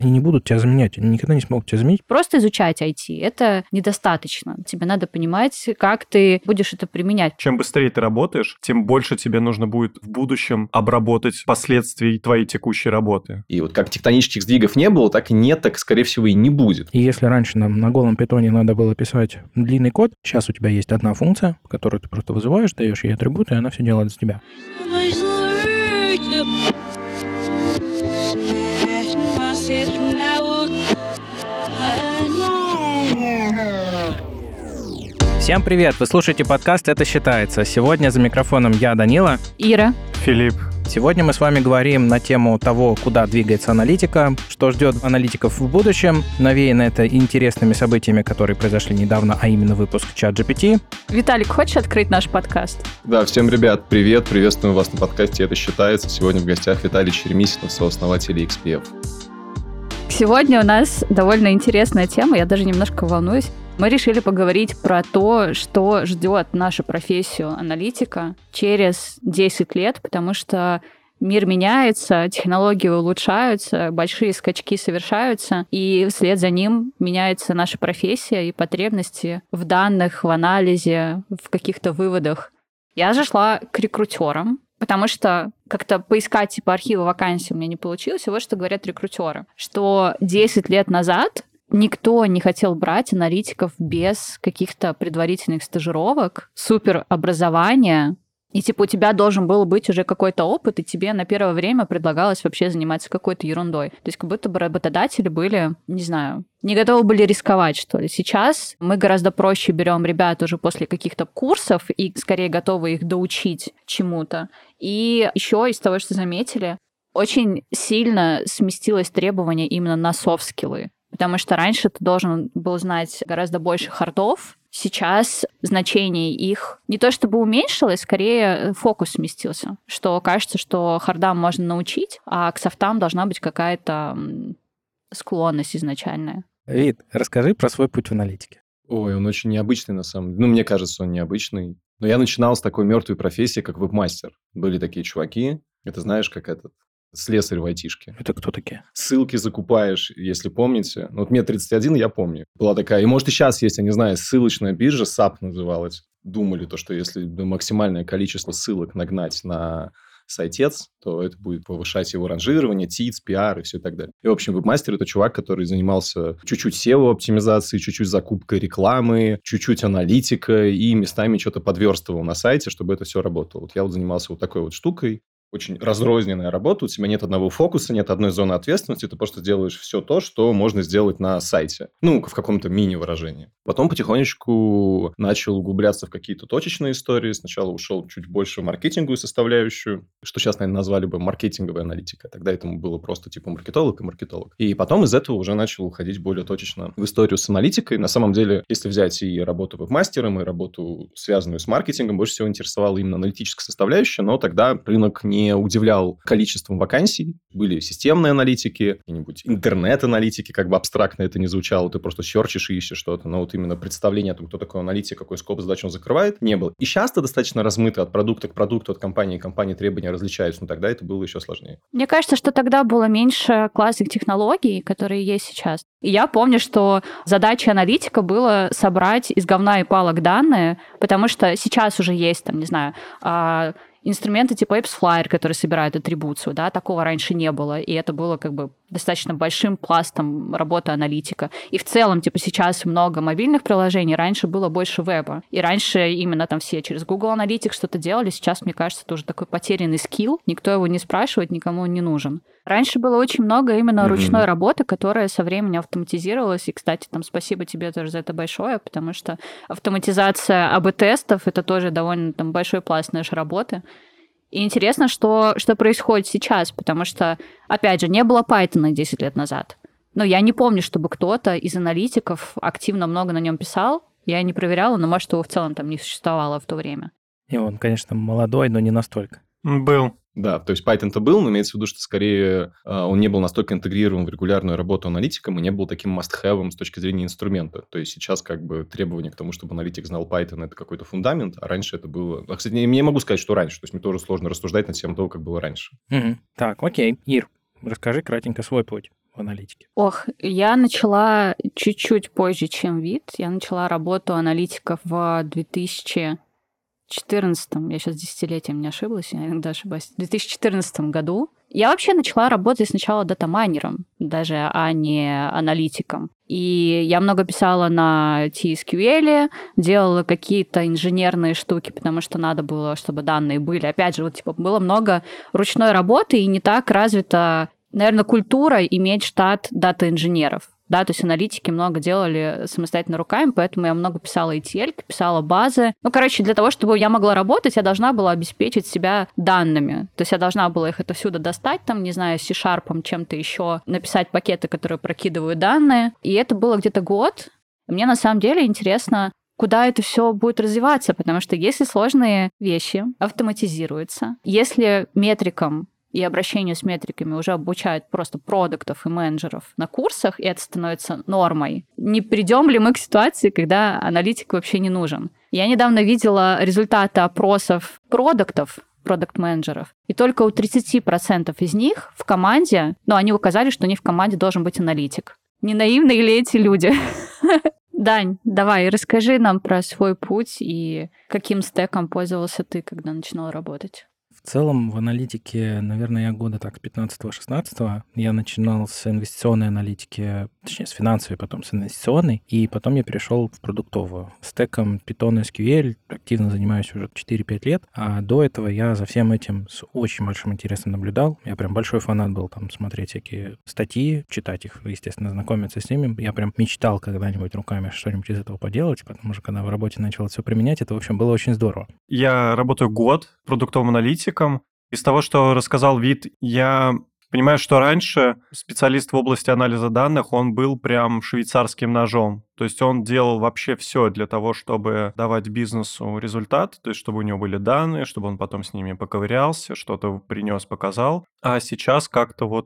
Они не будут тебя заменять, они никогда не смогут тебя заменить. Просто изучать IT — это недостаточно. Тебе надо понимать, как ты будешь это применять. Чем быстрее ты работаешь, тем больше тебе нужно будет в будущем обработать последствий твоей текущей работы. И вот как тектонических сдвигов не было, так и нет, так, скорее всего, и не будет. И если раньше нам на голом питоне надо было писать длинный код, сейчас у тебя есть одна функция, которую ты просто вызываешь, даешь ей атрибуты, и она все делает за тебя. Всем привет! Вы слушаете подкаст «Это считается». Сегодня за микрофоном я, Данила. Ира. Филипп. Сегодня мы с вами говорим на тему того, куда двигается аналитика, что ждет аналитиков в будущем. Навеяно это интересными событиями, которые произошли недавно, а именно выпуск ChatGPT. Виталик, хочешь открыть наш подкаст? Да, всем, ребят, привет, приветствуем вас на подкасте «Это считается». Сегодня в гостях Виталий Черемисинов, сооснователь XPF. Сегодня у нас довольно интересная тема, я даже немножко волнуюсь. Мы решили поговорить про то, что ждет нашу профессию аналитика через 10 лет, потому что мир меняется, технологии улучшаются, большие скачки совершаются, и вслед за ним меняется наша профессия и потребности в данных, в анализе, в каких-то выводах. Я же шла к рекрутерам, потому что как-то поискать типа архивы вакансий у меня не получилось. И вот что говорят рекрутеры, что 10 лет назад никто не хотел брать аналитиков без каких-то предварительных стажировок, суперобразования. И типа у тебя должен был быть уже какой-то опыт, и тебе на первое время предлагалось вообще заниматься какой-то ерундой. То есть как будто бы работодатели были, не знаю, не готовы были рисковать, что ли. Сейчас мы гораздо проще берем ребят уже после каких-то курсов и скорее готовы их доучить чему-то. И еще из того, что заметили, очень сильно сместилось требование именно на софт-скиллы. Потому что раньше ты должен был знать гораздо больше хардов. Сейчас значение их не то чтобы уменьшилось, скорее фокус сместился. Что кажется, что хардам можно научить, а к софтам должна быть какая-то склонность изначальная. Вит, расскажи про свой путь в аналитике. Ой, он очень необычный на самом деле. Ну, мне кажется, он необычный. Но я начинал с такой мертвой профессии, как веб-мастер. Были такие чуваки, это знаешь, как этот... слесарь в айтишке. Это кто такие? Ссылки закупаешь, если помните. Ну, вот мне 31, я помню. Была такая, и может и сейчас есть, я не знаю, ссылочная биржа, SAP называлась. Думали то, что если максимальное количество ссылок нагнать на сайтец, то это будет повышать его ранжирование, ТИЦ, пиар и все так далее. И, в общем, веб-мастер – это чувак, который занимался чуть-чуть SEO-оптимизацией, чуть-чуть закупкой рекламы, чуть-чуть аналитикой и местами что-то подверстывал на сайте, чтобы это все работало. Вот я вот занимался вот такой вот штукой. Очень разрозненная работа, у тебя нет одного фокуса, нет одной зоны ответственности, ты просто делаешь все то, что можно сделать на сайте. Ну, в каком-то мини-выражении. Потом потихонечку начал углубляться в какие-то точечные истории. Сначала ушел чуть больше в маркетинговую составляющую, что сейчас, наверное, назвали бы маркетинговая аналитика. Тогда этому было просто типа маркетолог и маркетолог. И потом из этого уже начал уходить более точечно в историю с аналитикой. На самом деле, если взять и работу веб-мастером, и работу, связанную с маркетингом, больше всего интересовала именно аналитическая составляющая, но тогда рынок не удивлял количеством вакансий. Были системные аналитики, какие-нибудь интернет-аналитики, как бы абстрактно это не звучало, ты просто серчишь и ищешь что-то, но вот именно представление о том, кто такой аналитик, какой скоп задач он закрывает, не было. И сейчас это достаточно размыто от продукта к продукту, от компании к компании требования различаются, но тогда это было еще сложнее. Мне кажется, что тогда было меньше классных технологий, которые есть сейчас. И я помню, что задача аналитика была собрать из говна и палок данные, потому что сейчас уже есть, там, не знаю, инструменты типа AppsFlyer, которые собирают атрибуцию, да, такого раньше не было, и это было как бы достаточно большим пластом работы аналитика. И в целом, типа, сейчас много мобильных приложений, раньше было больше веба. И раньше именно там все через Google Analytics что-то делали, сейчас, мне кажется, это уже такой потерянный скилл, никто его не спрашивает, никому он не нужен. Раньше было очень много именно ручной работы, которая со временем автоматизировалась, и, кстати, там спасибо тебе тоже за это большое, потому что автоматизация АБ-тестов — это тоже довольно там большой пласт нашей работы. И интересно, что происходит сейчас, потому что, опять же, не было Python 10 лет назад. Но я не помню, чтобы кто-то из аналитиков активно много на нем писал. Я не проверяла, но, может, его в целом там не существовало в то время. И он, конечно, молодой, но не настолько. Был. Да, то есть Python-то был, но имеется в виду, что скорее он не был настолько интегрирован в регулярную работу аналитиком и не был таким must-have с точки зрения инструмента. То есть сейчас как бы требование к тому, чтобы аналитик знал Python, это какой-то фундамент, а раньше это было... Кстати, я не могу сказать, что раньше, то есть мне тоже сложно рассуждать на тему того, как было раньше. Так, окей. Ир, расскажи кратенько свой путь в аналитике? Ох, я начала чуть-чуть позже, чем Вит. Я начала работу аналитика в 2014, я сейчас десятилетием не ошиблась, я иногда ошибаюсь, в 2014 году. Я вообще начала работать сначала дата-майнером, даже, а не аналитиком. И я много писала на TSQL, делала какие-то инженерные штуки, потому что надо было, чтобы данные были. Опять же, вот типа было много ручной работы, и не так развита, наверное, культура иметь штат дата-инженеров. Да, то есть аналитики много делали самостоятельно руками, поэтому я много писала ETL, писала базы. Ну, короче, для того, чтобы я могла работать, я должна была обеспечить себя данными. То есть я должна была их отовсюду достать, там, не знаю, C-Sharp, чем-то еще, написать пакеты, которые прокидывают данные. И это было где-то год. Мне на самом деле интересно, куда это все будет развиваться, потому что если сложные вещи автоматизируются, если метрикам и обращению с метриками уже обучают просто продуктов и менеджеров на курсах, и это становится нормой, не придем ли мы к ситуации, когда аналитик вообще не нужен? Я недавно видела результаты опросов продуктов, продакт-менеджеров, и только у 30% из них в команде, они указали, что у них в команде должен быть аналитик. Не наивные ли эти люди? Дань, давай, расскажи нам про свой путь и каким стеком пользовался ты, когда начинал работать. В целом в аналитике, наверное, я года так с 15-16 я начинал с инвестиционной аналитики, точнее, с финансовой, потом с инвестиционной, и потом я перешел в продуктовую. Стеком Python и SQL активно занимаюсь уже 4-5 лет, а до этого я за всем этим с очень большим интересом наблюдал. Я прям большой фанат был там смотреть всякие статьи, читать их, естественно, знакомиться с ними. Я прям мечтал когда-нибудь руками что-нибудь из этого поделать, потому что когда в работе начал это все применять, это, в общем, было очень здорово. Я работаю год продуктовым аналитиком. Из того, что рассказал Вит, я понимаю, что раньше специалист в области анализа данных, он был прям швейцарским ножом. То есть он делал вообще все для того, чтобы давать бизнесу результат, то есть чтобы у него были данные, чтобы он потом с ними поковырялся, что-то принес, показал. А сейчас как-то вот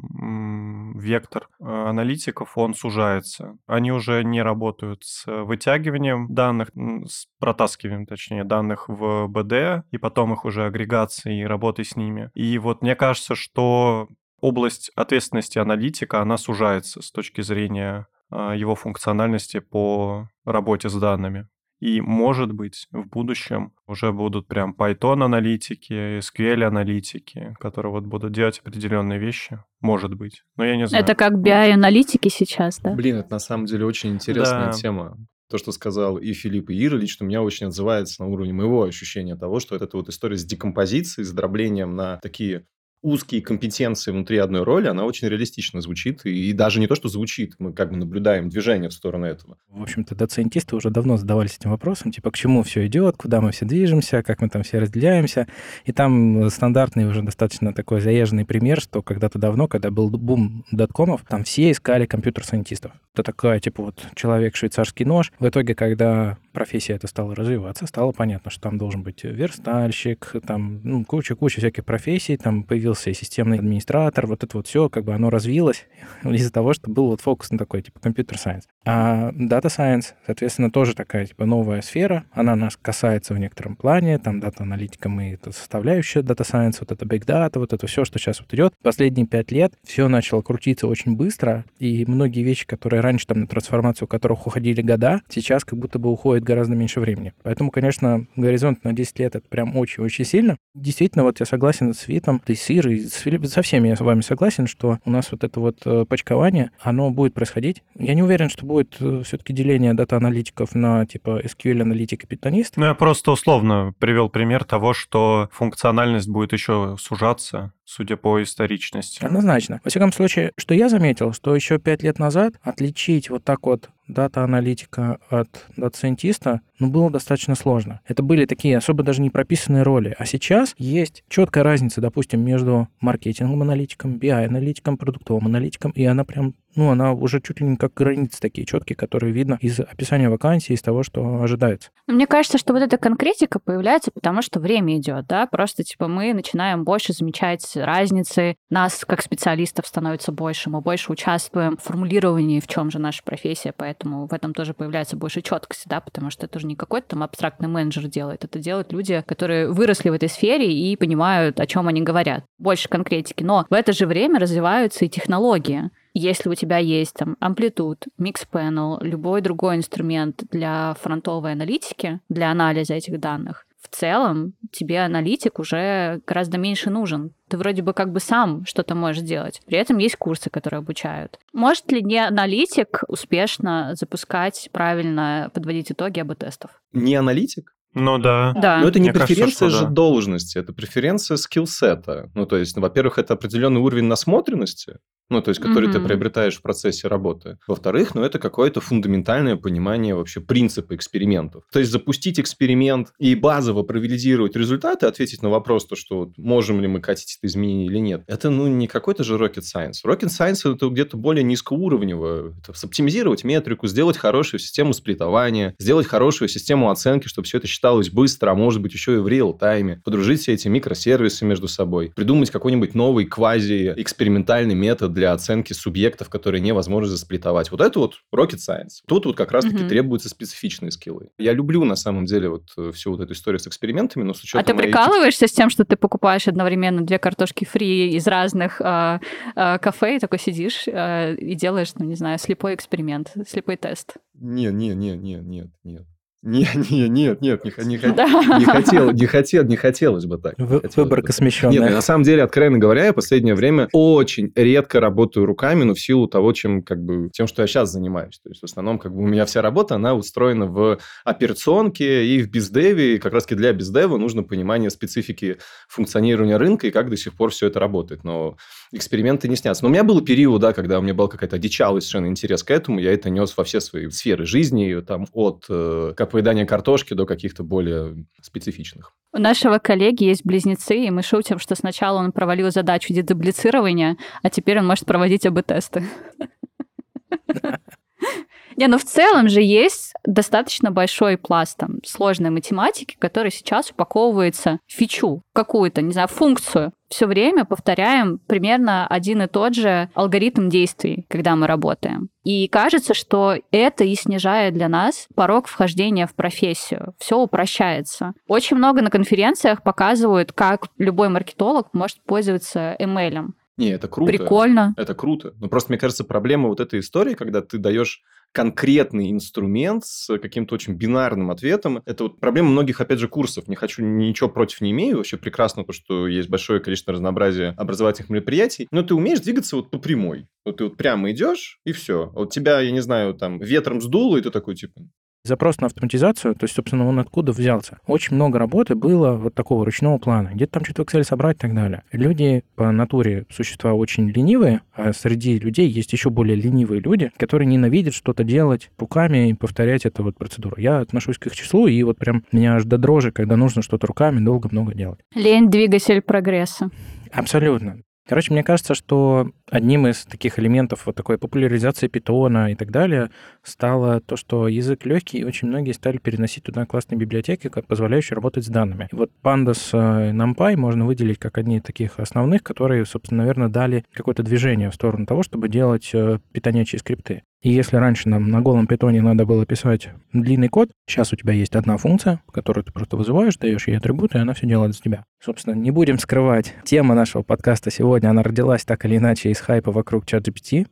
прям вектор аналитиков, он сужается. Они уже не работают с вытягиванием данных, с протаскиванием, точнее, данных в БД, и потом их уже агрегацией и работой с ними. И вот мне кажется, что область ответственности аналитика, она сужается с точки зрения его функциональности по работе с данными. И, может быть, в будущем уже будут прям Python-аналитики, SQL-аналитики, которые вот будут делать определенные вещи. Может быть. Но я не знаю. Это как BI-аналитики сейчас, да? Блин, это на самом деле очень интересная тема. То, что сказал и Филипп, и Ира, лично у меня очень отзывается на уровне моего ощущения того, что эта вот история с декомпозицией, с дроблением на такие узкие компетенции внутри одной роли, она очень реалистично звучит. И даже не то, что звучит, мы как бы наблюдаем движение в сторону этого. В общем-то, дата-сайентисты уже давно задавались этим вопросом, типа, к чему все идет, куда мы все движемся, как мы там все разделяемся. И там стандартный уже достаточно такой заезженный пример, что когда-то давно, когда был бум доткомов, там все искали компьютер-сайентистов. Это такая, типа, вот человек-швейцарский нож. В итоге, когда профессия эта стала развиваться, стало понятно, что там должен быть верстальщик, там куча всяких профессий, там появился и системный администратор, вот это вот все, как бы оно развилось из-за того, что был вот фокус на такой, типа, компьютер-сайенс. А Data Science, соответственно, тоже такая, типа, новая сфера, она нас касается в некотором плане, там дата-аналитика, мы это составляющая Data Science, вот это Big Data, вот это все, что сейчас вот идет. Последние 5 лет все начало крутиться очень быстро, и многие вещи, которые раньше там на трансформацию, у которых уходили года, сейчас как будто бы уходит гораздо меньше времени. Поэтому, конечно, горизонт на 10 лет — это прям очень-очень сильно. Действительно, вот я согласен с Витом, ты с Ирой, с Филиппом, со всеми я с вами согласен, что у нас вот это вот почкование, оно будет происходить. Я не уверен, что будет все-таки деление дата-аналитиков на типа SQL-аналитик и питонист. Я просто условно привел пример того, что функциональность будет еще сужаться, судя по историчности. Однозначно. Во всяком случае, что я заметил, что еще 5 лет назад отличить вот так вот дата-аналитика от дата-сайентиста, было достаточно сложно. Это были такие особо даже не прописанные роли. А сейчас есть четкая разница, допустим, между маркетинговым-аналитиком, BI-аналитиком, продуктовым аналитиком, и она прям, она уже чуть ли не как границы такие четкие, которые видно из описания вакансии, из того, что ожидается. Мне кажется, что вот эта конкретика появляется, потому что время идет, да, просто типа мы начинаем больше замечать разницы, нас как специалистов становится больше, мы больше участвуем в формулировании, в чем же наша профессия, поэтому в этом тоже появляется больше четкости, да, потому что это уже не какой-то там абстрактный менеджер делает, это делают люди, которые выросли в этой сфере и понимают, о чем они говорят. Больше конкретики. Но в это же время развиваются и технологии. Если у тебя есть там Amplitude, Mixpanel, любой другой инструмент для фронтовой аналитики, для анализа этих данных, в целом тебе аналитик уже гораздо меньше нужен. Ты вроде бы как бы сам что-то можешь делать. При этом есть курсы, которые обучают. Может ли не аналитик успешно запускать, правильно подводить итоги АБ-тестов? Не аналитик? Ну да. Да. Но это не Мне кажется, преференция что же да. должности, это преференция скиллсета. Ну, то есть, во-первых, это определенный уровень насмотренности, ну, то есть, который ты приобретаешь в процессе работы. Во-вторых, это какое-то фундаментальное понимание вообще принципа экспериментов. То есть, запустить эксперимент и базово провалидировать результаты, ответить на вопрос, то, что можем ли мы катить это изменение или нет, это, не какой-то же rocket science. Rocket science – это где-то более низкоуровнево. Это оптимизировать метрику, сделать хорошую систему сплитования, сделать хорошую систему оценки, чтобы все это считалось быстро, а может быть, еще и в реал-тайме, подружить все эти микросервисы между собой, придумать какой-нибудь новый квази-экспериментальный метод для оценки субъектов, которые невозможно засплитовать. Вот это вот rocket science. Тут вот как раз-таки требуются специфичные скиллы. Я люблю, на самом деле, вот всю вот эту историю с экспериментами, но с учетом... А ты прикалываешься с тем, что ты покупаешь одновременно 2 картошки фри из разных кафе, и такой сидишь и делаешь, не знаю, слепой эксперимент, слепой тест? Нет. Нет, не хотелось бы так. Выборка смещенная. Нет, на самом деле, откровенно говоря, я в последнее время очень редко работаю руками, но в силу того, тем, что я сейчас занимаюсь. То есть, в основном, у меня вся работа, она устроена в операционке и в бездеве, и как раз-таки для бездева нужно понимание специфики функционирования рынка и как до сих пор все это работает. Но эксперименты не снятся. Но у меня был период, когда у меня был какая-то одичалый совершенно интерес к этому, я это нес во все свои сферы жизни, там, от поедания картошки до каких-то более специфичных. У нашего коллеги есть близнецы, и мы шутим, что сначала он провалил задачу дедублицирования, а теперь он может проводить АБ-тесты. В целом же есть достаточно большой пласт сложной математики, который сейчас упаковывается в фичу, какую-то, не знаю, функцию. Все время повторяем примерно один и тот же алгоритм действий, когда мы работаем. И кажется, что это и снижает для нас порог вхождения в профессию. Все упрощается. Очень много на конференциях показывают, как любой маркетолог может пользоваться ML. Не, это круто. Прикольно. Это круто. Но просто, мне кажется, проблема вот этой истории, когда ты даешь конкретный инструмент с каким-то очень бинарным ответом. Это вот проблема многих, опять же, курсов. Не хочу, ничего против не имею. Вообще прекрасно то, что есть большое количество разнообразия образовательных мероприятий. Но ты умеешь двигаться вот по прямой. Вот ты вот прямо идешь, и все. Вот тебя, я не знаю, там, ветром сдуло, и ты такой, типа... Запрос на автоматизацию, то есть, собственно, он откуда взялся? Очень много работы было вот такого ручного плана. Где-то там что-то в Excel собрать и так далее. Люди по натуре существа очень ленивые, а среди людей есть еще более ленивые люди, которые ненавидят что-то делать руками и повторять эту вот процедуру. Я отношусь к их числу, и вот прям меня аж до дрожи, когда нужно что-то руками долго много делать. Лень – двигатель прогресса. Абсолютно. Короче, мне кажется, что одним из таких элементов вот такой популяризации питона и так далее стало то, что язык легкий, и очень многие стали переносить туда классные библиотеки, позволяющие работать с данными. И вот Pandas и NumPy можно выделить как одни из таких основных, которые, собственно, наверное, дали какое-то движение в сторону того, чтобы делать питонячие скрипты. И если раньше нам на голом питоне надо было писать длинный код, сейчас у тебя есть одна функция, которую ты просто вызываешь, даешь ей атрибуты, и она все делает за тебя. Собственно, не будем скрывать, тема нашего подкаста сегодня, она родилась так или иначе из хайпа вокруг ChatGPT.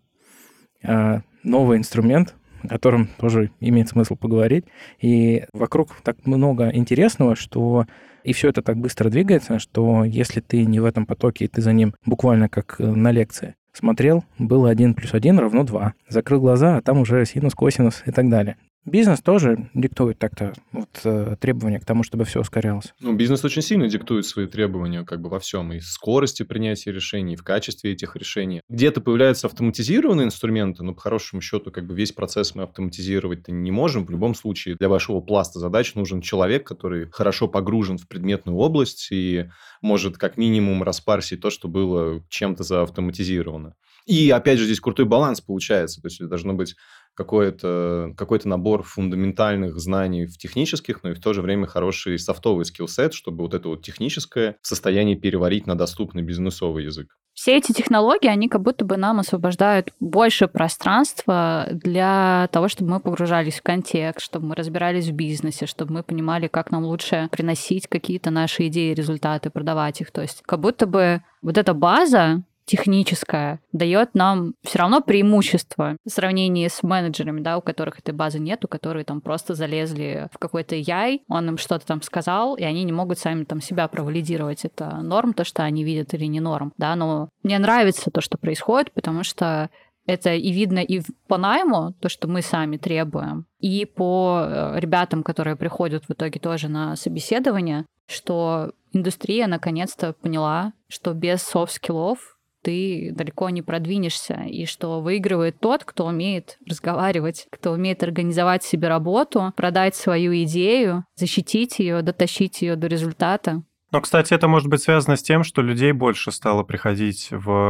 Новый инструмент, о котором тоже имеет смысл поговорить. И вокруг так много интересного, что и все это так быстро двигается, что если ты не в этом потоке, и ты за ним буквально как на лекции, смотрел, было 1 + 1 = 2. Закрыл глаза, а там уже синус, косинус и так далее. Бизнес тоже диктует так-то требования к тому, чтобы все ускорялось. Бизнес очень сильно диктует свои требования во всем. И в скорости принятия решений, и в качестве этих решений. Где-то появляются автоматизированные инструменты, но по хорошему счету весь процесс мы автоматизировать-то не можем. В любом случае для вашего пласта задач нужен человек, который хорошо погружен в предметную область и может как минимум распарсить то, что было чем-то заавтоматизировано. И опять же здесь крутой баланс получается. То есть должно быть какой-то набор фундаментальных знаний в технических, но и в то же время хороший софтовый скиллсет, чтобы вот это вот техническое в состоянии переварить на доступный бизнесовый язык. Все эти технологии, они как будто бы нам освобождают больше пространства для того, чтобы мы погружались в контекст, чтобы мы разбирались в бизнесе, чтобы мы понимали, как нам лучше приносить какие-то наши идеи, результаты, продавать их. То есть как будто бы вот эта база техническая дает нам все равно преимущество в сравнении с менеджерами, да, у которых этой базы нету, которые там просто залезли в какой-то AI, он им что-то там сказал, и они не могут сами там себя провалидировать. Это норм, то, что они видят, или не норм, да, но мне нравится то, что происходит, потому что это и видно и по найму, то, что мы сами требуем, и по ребятам, которые приходят в итоге тоже на собеседование, что индустрия наконец-то поняла, что без софт-скиллов ты далеко не продвинешься, и что выигрывает тот, кто умеет разговаривать, кто умеет организовать себе работу, продать свою идею, защитить ее, дотащить ее до результата. Но, кстати, это может быть связано с тем, что людей больше стало приходить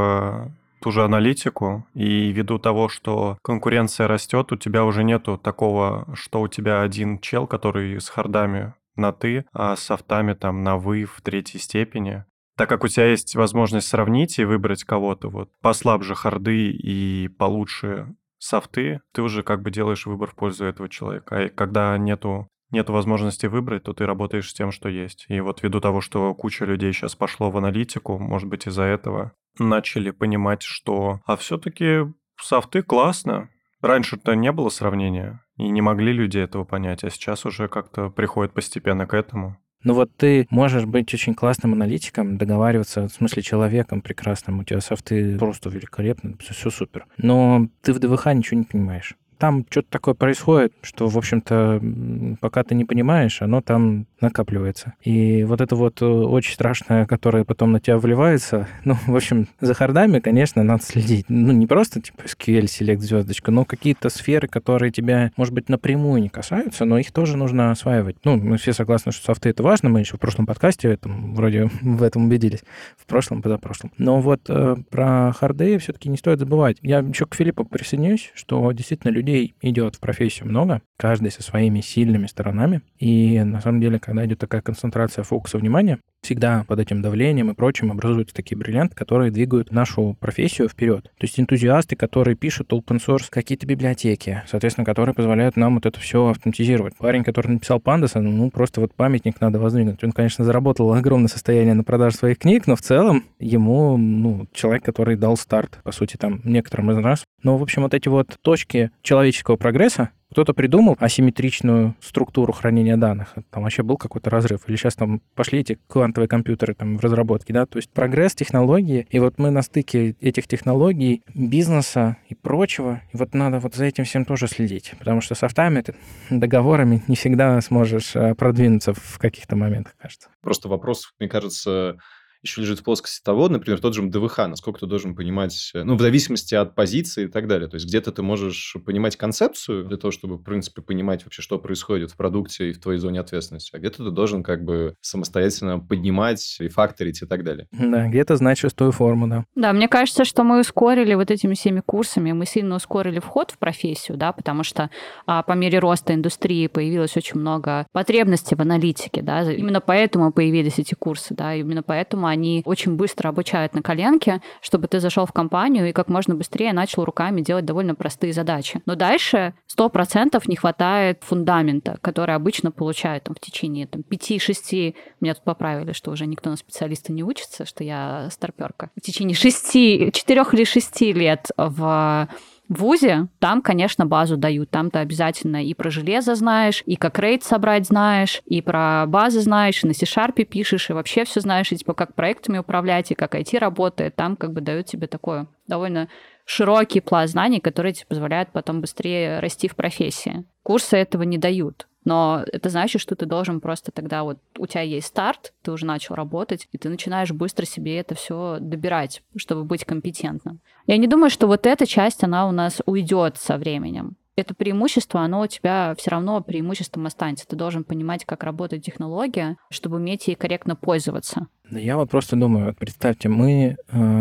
в ту же аналитику, и ввиду того, что конкуренция растет, у тебя уже нету такого, что у тебя один чел, который с хардами на «ты», а с софтами там на «вы» в третьей степени. Так как у тебя есть возможность сравнить и выбрать кого-то вот послабже харды и получше софты, ты уже как бы делаешь выбор в пользу этого человека. А когда нету возможности выбрать, то ты работаешь с тем, что есть. И вот ввиду того, что куча людей сейчас пошло в аналитику, может быть, из-за этого начали понимать, что все-таки софты классно. Раньше-то не было сравнения, и не могли люди этого понять, а сейчас уже как-то приходит постепенно к этому. Ну вот ты можешь быть очень классным аналитиком, договариваться, в смысле, человеком прекрасным, у тебя софты просто великолепны, все супер. Но ты в ДВХ ничего не понимаешь. Там что-то такое происходит, что, в общем-то, пока ты не понимаешь, оно там накапливается. И вот это вот очень страшное, которое потом на тебя вливается, ну, в общем, за хардами, конечно, надо следить. Ну, не просто, типа, SQL, Select, звездочка, но какие-то сферы, которые тебя, может быть, напрямую не касаются, но их тоже нужно осваивать. Ну, мы все согласны, что софты — это важно, мы еще в прошлом подкасте вроде в этом убедились, в прошлом, позапрошлом. Но вот про харды все-таки не стоит забывать. Я еще к Филиппу присоединюсь, что действительно людей идет в профессию много, каждый со своими сильными сторонами. И на самом деле, когда идет такая концентрация фокуса внимания, всегда под этим давлением и прочим образуются такие бриллианты, которые двигают нашу профессию вперед. То есть энтузиасты, которые пишут open source какие-то библиотеки, соответственно, которые позволяют нам вот это все автоматизировать. Парень, который написал Pandas, ну, просто вот памятник надо воздвигнуть. Он, конечно, заработал огромное состояние на продаже своих книг, но в целом ему, ну, человек, который дал старт, по сути, там, некоторым из нас. Но, в общем, вот эти вот точки человеческого прогресса, кто-то придумал асимметричную структуру хранения данных. Там вообще был какой-то разрыв. Или сейчас там пошли эти квантовые компьютеры там в разработке, да? То есть прогресс, технологии. И вот мы на стыке этих технологий, бизнеса и прочего. И вот надо вот за этим всем тоже следить. Потому что софтами, договорами не всегда сможешь продвинуться в каких-то моментах, кажется. Просто вопрос, мне кажется, еще лежит в плоскости того, например, тот же ДВХ, насколько ты должен понимать, ну, в зависимости от позиции и так далее. То есть где-то ты можешь понимать концепцию для того, чтобы, в принципе, понимать вообще, что происходит в продукте и в твоей зоне ответственности, а где-то ты должен как бы самостоятельно поднимать, рефакторить и так далее. Да, где-то знать шестую форму, да. Да, мне кажется, что мы ускорили вот этими всеми курсами, мы сильно ускорили вход в профессию, да, потому что по мере роста индустрии появилось очень много потребностей в аналитике, да, именно поэтому появились эти курсы, да, именно поэтому они очень быстро обучают на коленке, чтобы ты зашел в компанию и как можно быстрее начал руками делать довольно простые задачи. Но дальше 100% не хватает фундамента, который обычно получают там, в течение 5-6, меня тут поправили, что уже никто на специалиста не учится, что я старпёрка. В течение 4 или 6 лет в ВУЗе, там, конечно, базу дают. Там ты обязательно и про железо знаешь, и как рейд собрать знаешь, и про базы знаешь, и на C# пишешь, и вообще все знаешь, и типа как проектами управлять, и как IT работает. Там как бы дают тебе такое довольно широкий пласт знаний, которые тебе позволяют потом быстрее расти в профессии. Курсы этого не дают. Но это значит, что ты должен просто тогда вот у тебя есть старт, ты уже начал работать, и ты начинаешь быстро себе это все добирать, чтобы быть компетентным. Я не думаю, что вот эта часть, она у нас уйдет со временем. Это преимущество, оно у тебя все равно преимуществом останется. Ты должен понимать, как работает технология, чтобы уметь ей корректно пользоваться. Да я вот просто думаю, вот представьте, мы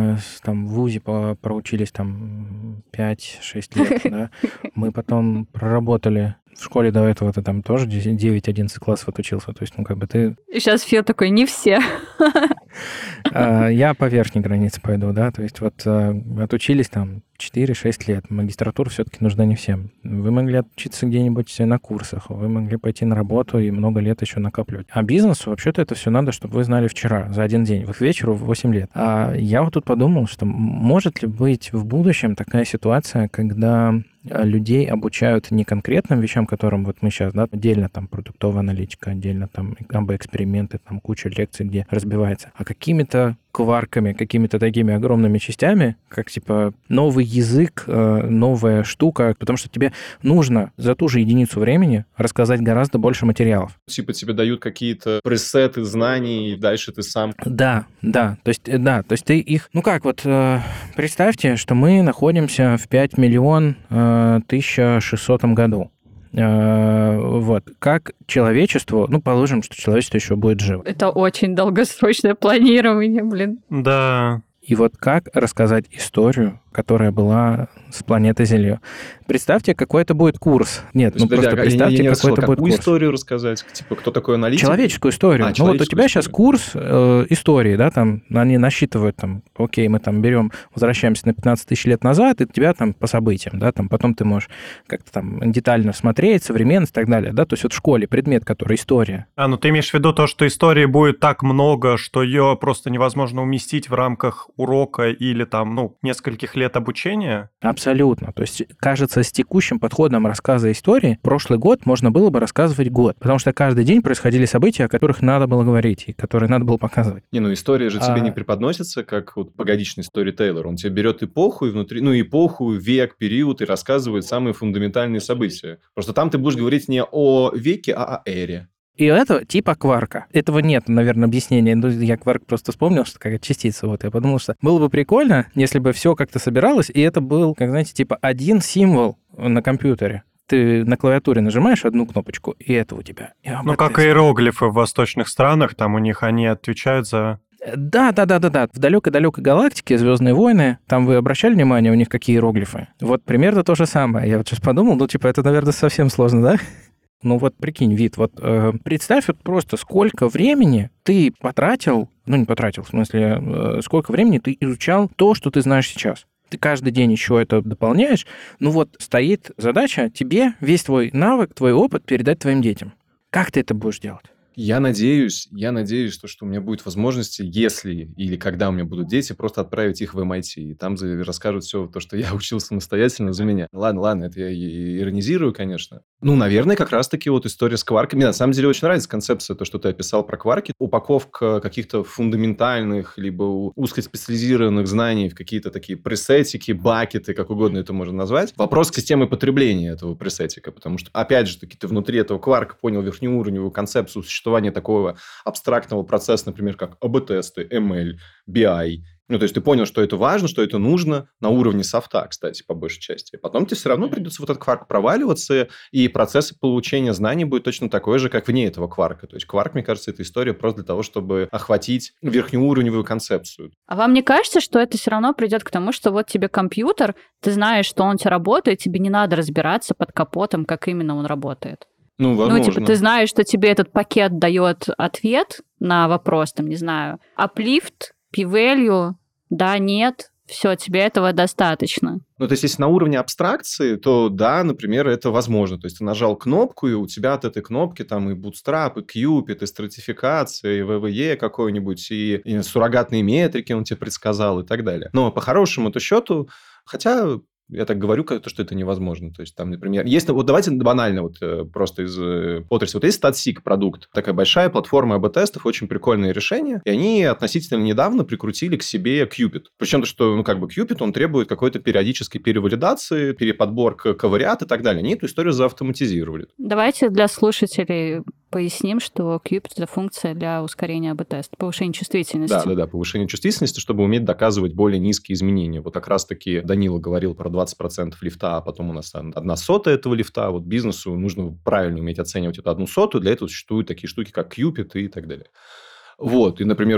там в ВУЗе проучились там 5-6 лет, да, мы потом проработали. В школе до этого ты там тоже 9-11 классов отучился, то есть, ну, как бы ты... И сейчас Фил такой, не все. Я по верхней границе пойду, да, то есть вот отучились там 4-6 лет, магистратура все-таки нужна не всем. Вы могли отучиться где-нибудь на курсах, вы могли пойти на работу и много лет еще накапливать. А бизнесу вообще-то это все надо, чтобы вы знали вчера, за один день, вот к вечеру в 8 лет. А я вот тут подумал, что может ли быть в будущем такая ситуация, когда людей обучают не конкретным вещам, которым вот мы сейчас, да, отдельно там продуктовая аналитика, отдельно там АБ-эксперименты, там куча лекций, где разбивается, а какими-то кварками, какими-то такими огромными частями, как типа новый язык, новая штука, потому что тебе нужно за ту же единицу времени рассказать гораздо больше материалов. Типа тебе дают какие-то пресеты знаний, и дальше ты сам... Да, то есть ты их... Ну как, вот представьте, что мы находимся в 5 миллион 1600 году. Вот. Как человечеству, ну, положим, что человечество еще будет живо. Это очень долгосрочное планирование, блин. Да. И вот как рассказать историю, которая была с планеты Земля. Представьте, какой это будет курс. Нет, ну просто представьте, какой это будет курс. Какую историю рассказать? Типа, кто такой аналитик? Человеческую историю. Ну вот у тебя сейчас курс истории, да, там, они насчитывают, там, окей, мы там берем, возвращаемся на 15 тысяч лет назад, и тебя там по событиям, да, там, потом ты можешь как-то там детально смотреть, современность и так далее, да, то есть вот в школе предмет, который история. Ну ты имеешь в виду то, что истории будет так много, что ее просто невозможно уместить в рамках урока или там, ну, нескольких лет обучения? Абсолютно. То есть, кажется, с текущим подходом рассказа истории прошлый год можно было бы рассказывать год, потому что каждый день происходили события, о которых надо было говорить и которые надо было показывать. Не, ну история же тебе не преподносится как вот погодичный сторитейлер. Он тебе берет эпоху и внутри, ну эпоху, век, период и рассказывает самые фундаментальные события. Просто там ты будешь говорить не о веке, а о эре. И это типа кварка. Этого нет, наверное, объяснения. Ну, я кварк просто вспомнил, что какая частица. Вот я подумал, что было бы прикольно, если бы все как-то собиралось, и это был, как знаете, типа один символ на компьютере. Ты на клавиатуре нажимаешь одну кнопочку, и это у тебя. Ну, как иероглифы в восточных странах, там у них они отвечают за... Да. В далекой-далекой галактике «Звездные войны», там вы обращали внимание, у них какие иероглифы? Вот примерно то же самое. Я вот сейчас подумал, ну, типа, это, наверное, совсем сложно, да? Ну вот прикинь, Вит, вот представь вот просто, сколько времени ты потратил, ну не потратил, в смысле, сколько времени ты изучал то, что ты знаешь сейчас. Ты каждый день еще это дополняешь. Ну вот стоит задача тебе весь твой навык, твой опыт передать твоим детям. Как ты это будешь делать? Я надеюсь, что у меня будет возможность, если или когда у меня будут дети, просто отправить их в MIT. И там расскажут все то, что я учил самостоятельно за меня. Ладно, это я иронизирую, конечно. Ну, наверное, как раз-таки вот история с кварками. Мне на самом деле очень нравится концепция, то, что ты описал про кварки. Упаковка каких-то фундаментальных, либо узкоспециализированных знаний в какие-то такие пресетики, бакеты, как угодно это можно назвать. Вопрос к системе потребления этого пресетика, потому что, опять же, ты внутри этого кварка понял верхнеуровневую концепцию существования такого абстрактного процесса, например, как АБ-тесты, ML, BI. Ну, то есть ты понял, что это важно, что это нужно на уровне софта, кстати, по большей части. Потом тебе все равно придется вот этот кварк проваливаться, и процесс получения знаний будет точно такой же, как вне этого кварка. То есть кварк, мне кажется, это история просто для того, чтобы охватить верхнеуровневую концепцию. А вам не кажется, что это все равно придет к тому, что вот тебе компьютер, ты знаешь, что он у тебя работает, тебе не надо разбираться под капотом, как именно он работает? Ну, возможно. Ну, типа, ты знаешь, что тебе этот пакет дает ответ на вопрос, там, не знаю, uplift, p-value, да, нет, все, тебе этого достаточно. Ну, то есть, если на уровне абстракции, то да, например, это возможно. То есть, ты нажал кнопку, и у тебя от этой кнопки там и Bootstrap, и Cupid, и стратификация, и VVE какой-нибудь, и суррогатные метрики он тебе предсказал и так далее. Но по хорошему-то счету, хотя... Я так говорю, что это невозможно. То есть, там, например, есть... Вот давайте банально, вот просто из отрасли. Вот есть StatSig продукт, такая большая платформа АБ-тестов, очень прикольное решение. И они относительно недавно прикрутили к себе Cupid. Причем то, что, ну, как бы Cupid, он требует какой-то периодической перевалидации, переподбор ковариат и так далее. Они эту историю заавтоматизировали. Давайте для слушателей поясним, что Cupid — это функция для ускорения АБ-теста, повышения чувствительности. Да, повышение чувствительности, чтобы уметь доказывать более низкие изменения. Вот как раз-таки Данила говорил про 20% лифта, а потом у нас 1/100 этого лифта. Вот бизнесу нужно правильно уметь оценивать эту 1/100. Для этого существуют такие штуки, как Cupid и так далее. Вот, и, например, вот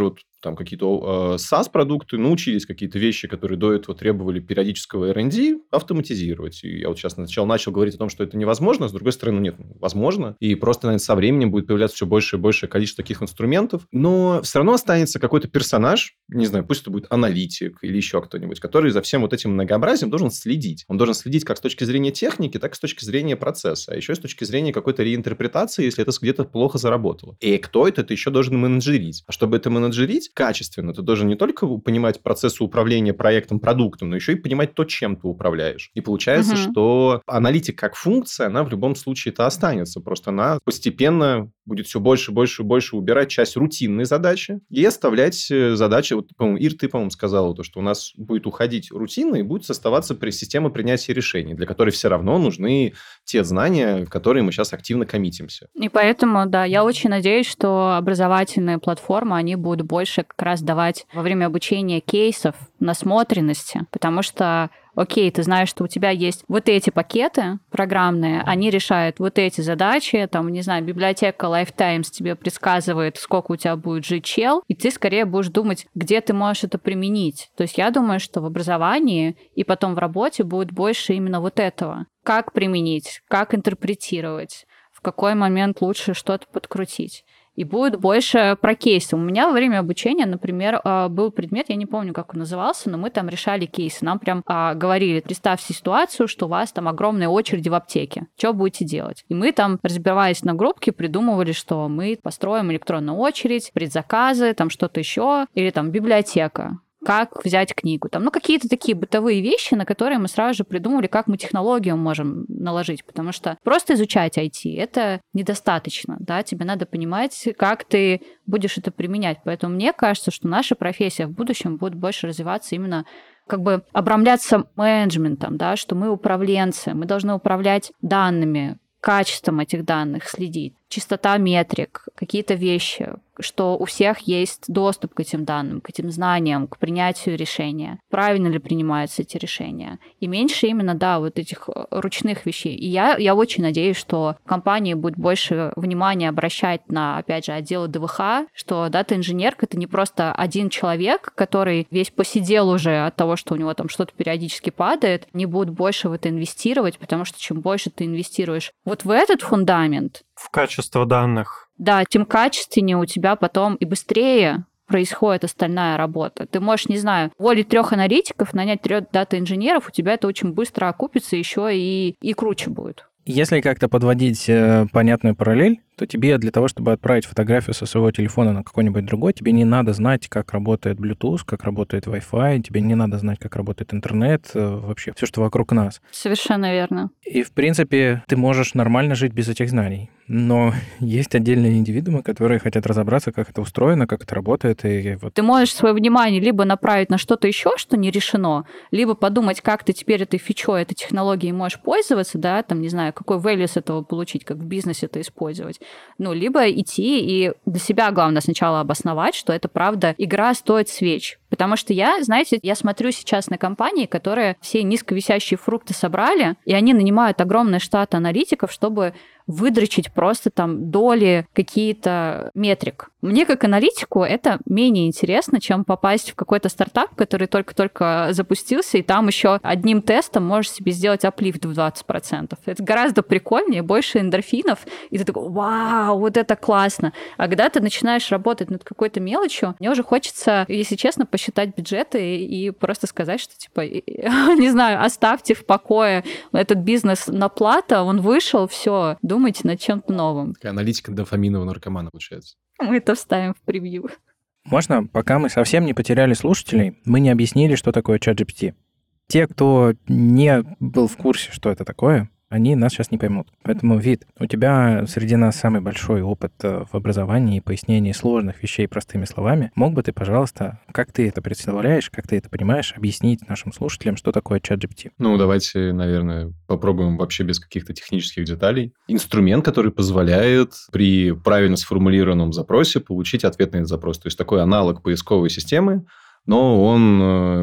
там какие-то SaaS-продукты, научились какие-то вещи, которые до этого требовали периодического R&D, автоматизировать. И я вот сейчас сначала начал говорить о том, что это невозможно, с другой стороны, нет, возможно. И просто, наверное, со временем будет появляться все больше и большее количество таких инструментов. Но все равно останется какой-то персонаж, не знаю, пусть это будет аналитик или еще кто-нибудь, который за всем вот этим многообразием должен следить. Он должен следить как с точки зрения техники, так и с точки зрения процесса, а еще и с точки зрения какой-то реинтерпретации, если это где-то плохо заработало. И кто это, ты еще должен менеджерить. А чтобы это менеджерить качественно, ты должен не только понимать процессы управления проектом, продуктом, но еще и понимать то, чем ты управляешь. И получается, что аналитик как функция, она в любом случае-то останется. Просто она постепенно будет все больше, больше, больше убирать часть рутинной задачи и оставлять задачи. Вот, по-моему, Ир, ты, по-моему, сказала, то, что у нас будет уходить рутина и будет оставаться система принятия решений, для которой все равно нужны те знания, в которые мы сейчас активно коммитимся. И поэтому, да, я очень надеюсь, что образовательные платформы, они будут больше как раз давать во время обучения кейсов насмотренности, потому что окей, ты знаешь, что у тебя есть вот эти пакеты программные, они решают вот эти задачи, там, не знаю, библиотека Lifetimes тебе предсказывает, сколько у тебя будет жить чел, и ты скорее будешь думать, где ты можешь это применить. То есть я думаю, что в образовании и потом в работе будет больше именно вот этого. Как применить, как интерпретировать, в какой момент лучше что-то подкрутить. И будет больше про кейсы. У меня во время обучения, например, был предмет, я не помню, как он назывался, но мы там решали кейсы. Нам прям говорили, представьте ситуацию, что у вас там огромные очереди в аптеке. Что будете делать? И мы там, разбиваясь на группки, придумывали, что мы построим электронную очередь, предзаказы, там что-то еще, или там библиотека. Как взять книгу. Там, какие-то такие бытовые вещи, на которые мы сразу же придумали, как мы технологию можем наложить, потому что просто изучать IT — это недостаточно, да, тебе надо понимать, как ты будешь это применять. Поэтому мне кажется, что наша профессия в будущем будет больше развиваться именно как бы обрамляться менеджментом, да, что мы управленцы, мы должны управлять данными, качеством этих данных следить, чистота метрик, какие-то вещи, что у всех есть доступ к этим данным, к этим знаниям, к принятию решения, правильно ли принимаются эти решения. И меньше именно, да, вот этих ручных вещей. И я очень надеюсь, что компании будет больше внимания обращать на, опять же, отделы ДВХ, что дата-инженер — это не просто один человек, который весь посидел уже от того, что у него там что-то периодически падает, не будут больше в это инвестировать, потому что чем больше ты инвестируешь вот в этот фундамент, в качество данных. Да, тем качественнее у тебя потом и быстрее происходит остальная работа. Ты можешь, не знаю, уволить 3 аналитиков, нанять 3 дата-инженеров, у тебя это очень быстро окупится, еще и круче будет. Если как-то подводить понятную параллель, то тебе для того, чтобы отправить фотографию со своего телефона на какой-нибудь другой, тебе не надо знать, как работает Bluetooth, как работает Wi-Fi, тебе не надо знать, как работает интернет, вообще все, что вокруг нас. Совершенно верно. И, в принципе, ты можешь нормально жить без этих знаний. Но есть отдельные индивидуумы, которые хотят разобраться, как это устроено, как это работает. И вот... Ты можешь свое внимание либо направить на что-то еще, что не решено, либо подумать, как ты теперь этой фичой, этой технологией можешь пользоваться, да, там, не знаю, какой value с этого получить, как в бизнесе это использовать. Либо идти и для себя, главное, сначала обосновать, что это, правда, игра стоит свеч. Потому что я смотрю сейчас на компании, которые все низковисящие фрукты собрали, и они нанимают огромный штат аналитиков, чтобы выдрочить просто там доли какие-то метрик. Мне как аналитику это менее интересно, чем попасть в какой-то стартап, который только-только запустился, и там еще одним тестом можешь себе сделать аплифт в 20%. Это гораздо прикольнее, больше эндорфинов, и ты такой, вау, вот это классно. А когда ты начинаешь работать над какой-то мелочью, мне уже хочется, если честно, посчитать бюджеты и просто сказать, что типа, не знаю, оставьте в покое этот бизнес на плата, он вышел, все, думайте над чем-то новым. Такая аналитика дофаминового наркомана получается. Мы это вставим в превью. Можно, пока мы совсем не потеряли слушателей, мы не объяснили, что такое ChatGPT. Те, кто не был в курсе, что это такое, они нас сейчас не поймут. Поэтому, Вит, у тебя среди нас самый большой опыт в образовании и пояснении сложных вещей простыми словами. Мог бы ты, пожалуйста, как ты это представляешь, как ты это понимаешь, объяснить нашим слушателям, что такое ChatGPT? Давайте, наверное, попробуем вообще без каких-то технических деталей. Инструмент, который позволяет при правильно сформулированном запросе получить ответ на этот запрос. То есть такой аналог поисковой системы, но он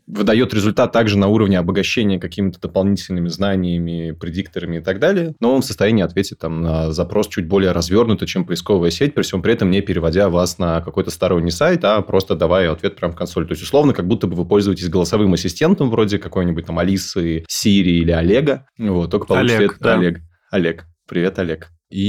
выдает результат также на уровне обогащения какими-то дополнительными знаниями, предикторами и так далее, но он в состоянии ответить там, на запрос чуть более развернуто, чем поисковая сеть, при всем при этом не переводя вас на какой-то сторонний сайт, а просто давая ответ прямо в консоль. То есть, условно, как будто бы вы пользуетесь голосовым ассистентом вроде какой-нибудь там Алисы, Сири или Олега. Вот, только получите Олег, это... да. Олег. Привет, Олег.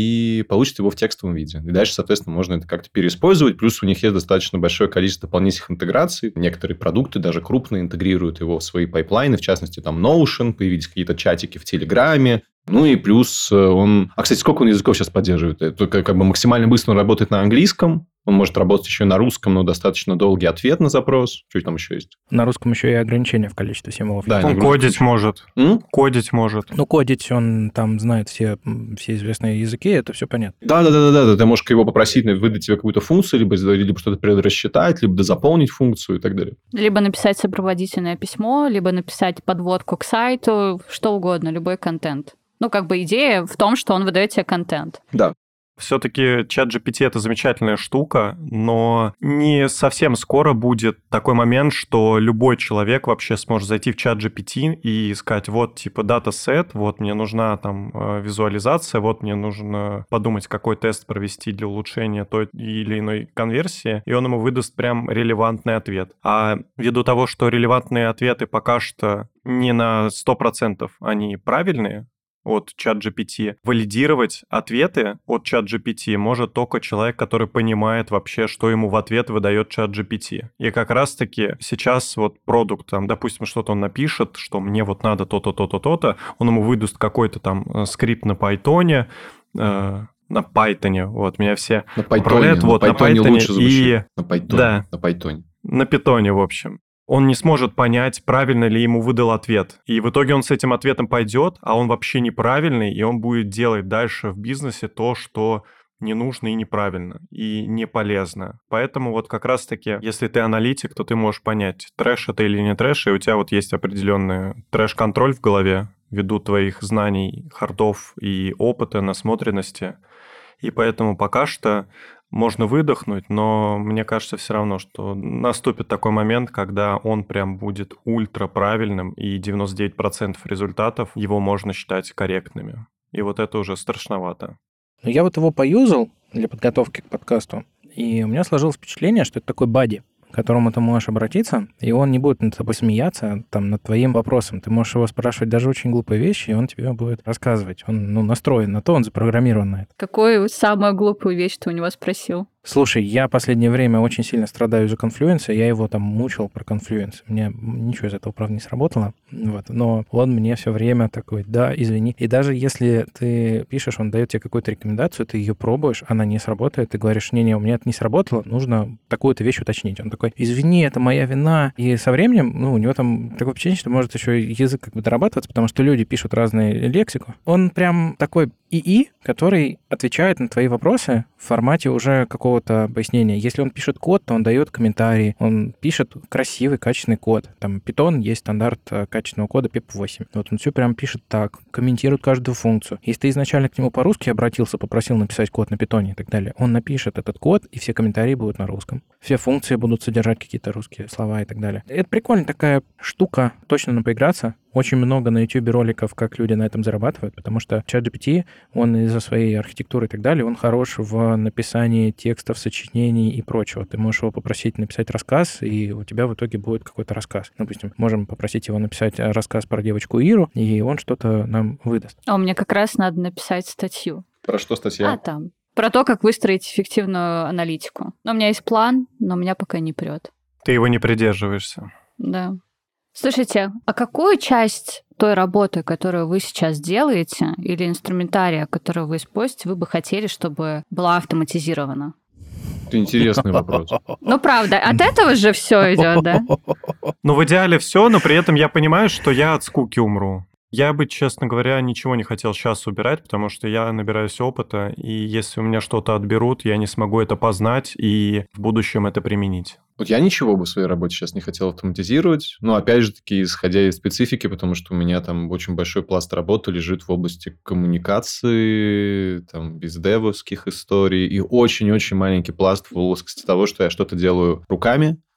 И получите его в текстовом виде. И дальше, соответственно, можно это как-то переиспользовать. Плюс у них есть достаточно большое количество дополнительных интеграций. Некоторые продукты, даже крупные, интегрируют его в свои пайплайны. В частности, там Notion, появились какие-то чатики в Телеграме. Ну и плюс он... А, кстати, сколько он языков сейчас поддерживает? Это как бы максимально быстро он работает на английском. Он может работать еще и на русском, но достаточно долгий ответ на запрос. Что там еще есть? На русском еще и ограничения в количестве символов. Да, Он кодить может. Кодить может. Ну, кодить он там знает все известные языки, это все понятно. Да. Ты можешь его попросить выдать тебе какую-то функцию, либо что-то предрасчитать, либо дозаполнить функцию и так далее. Либо написать сопроводительное письмо, либо написать подводку к сайту, что угодно, любой контент. Ну, как бы идея в том, что он выдает тебе контент. Да. Все-таки ChatGPT — это замечательная штука, но не совсем скоро будет такой момент, что любой человек вообще сможет зайти в ChatGPT и сказать, вот, типа, датасет, вот мне нужна там визуализация, вот мне нужно подумать, какой тест провести для улучшения той или иной конверсии, и он ему выдаст прям релевантный ответ. А ввиду того, что релевантные ответы пока что не на 100% они правильные, от ChatGPT. Валидировать ответы от ChatGPT может только человек, который понимает вообще, что ему в ответ выдает ChatGPT. И как раз-таки сейчас вот продукт, там, допустим, что-то он напишет, что мне вот надо то-то, то-то, то-то, он ему выдаст какой-то там скрипт на Python, на Python, вот, меня все управляют, вот, на Python лучше звучит. и... На Python, да, на Python. На Python, в общем. Он не сможет понять, правильно ли ему выдал ответ. И в итоге он с этим ответом пойдет, а он вообще неправильный, и он будет делать дальше в бизнесе то, что не нужно и неправильно, и не полезно. Поэтому вот как раз-таки, если ты аналитик, то ты можешь понять, трэш это или не трэш, и у тебя вот есть определенный трэш-контроль в голове ввиду твоих знаний, хардов и опыта, насмотренности. И поэтому пока что можно выдохнуть, но мне кажется все равно, что наступит такой момент, когда он прям будет ультраправильным, и 99% результатов его можно считать корректными. И вот это уже страшновато. Я вот его поюзал для подготовки к подкасту, и у меня сложилось впечатление, что это такой бадди, к которому ты можешь обратиться, и он не будет над тобой смеяться, там, над твоим вопросом. Ты можешь его спрашивать даже очень глупые вещи, и он тебе будет рассказывать. Он настроен на то, он запрограммирован на это. Какую самую глупую вещь ты у него спросил? Слушай, я последнее время очень сильно страдаю из-за конфлюенса, я его там мучил про конфлюенс. У меня ничего из этого, правда, не сработало, вот. Но он мне все время такой, да, извини. И даже если ты пишешь, он дает тебе какую-то рекомендацию, ты ее пробуешь, она не сработает, ты говоришь, не-не, у меня это не сработало, нужно такую-то вещь уточнить. Он такой, извини, это моя вина. И со временем, у него там такое впечатление, что может еще язык как бы дорабатываться, потому что люди пишут разную лексику. Он прям такой ИИ, который отвечает на твои вопросы в формате уже какого-то пояснения. Если он пишет код, то он дает комментарии, он пишет красивый, качественный код. Там Python есть стандарт качественного кода PEP8. Вот он все прям пишет так, комментирует каждую функцию. Если ты изначально к нему по-русски обратился, попросил написать код на Python и так далее, он напишет этот код, и все комментарии будут на русском. Все функции будут содержать какие-то русские слова и так далее. Это прикольная такая штука, точно надо поиграться. Очень много на YouTube роликов, как люди на этом зарабатывают, потому что ChatGPT, он из-за своей архитектуры и так далее, он хорош в написании текстов, сочинений и прочего. Ты можешь его попросить написать рассказ, и у тебя в итоге будет какой-то рассказ. Допустим, можем попросить его написать рассказ про девочку Иру, и он что-то нам выдаст. А мне как раз надо написать статью. Про что статья? Там. Про то, как выстроить эффективную аналитику. У меня есть план, но у меня пока не прет. Ты его не придерживаешься. Да. Слушайте, а какую часть той работы, которую вы сейчас делаете, или инструментария, который вы используете, вы бы хотели, чтобы была автоматизирована? Это интересный вопрос. Ну, правда, от этого же все идет, да? Ну, в идеале все, но при этом я понимаю, что я от скуки умру. Я бы, честно говоря, ничего не хотел сейчас убирать, потому что я набираюсь опыта, и если у меня что-то отберут, я не смогу это познать и в будущем это применить. Вот я ничего бы в своей работе сейчас не хотел автоматизировать, но опять же таки, исходя из специфики, потому что у меня там очень большой пласт работы лежит в области коммуникации, там, бездевовских историй, и очень-очень маленький пласт в области того, что я что-то делаю руками,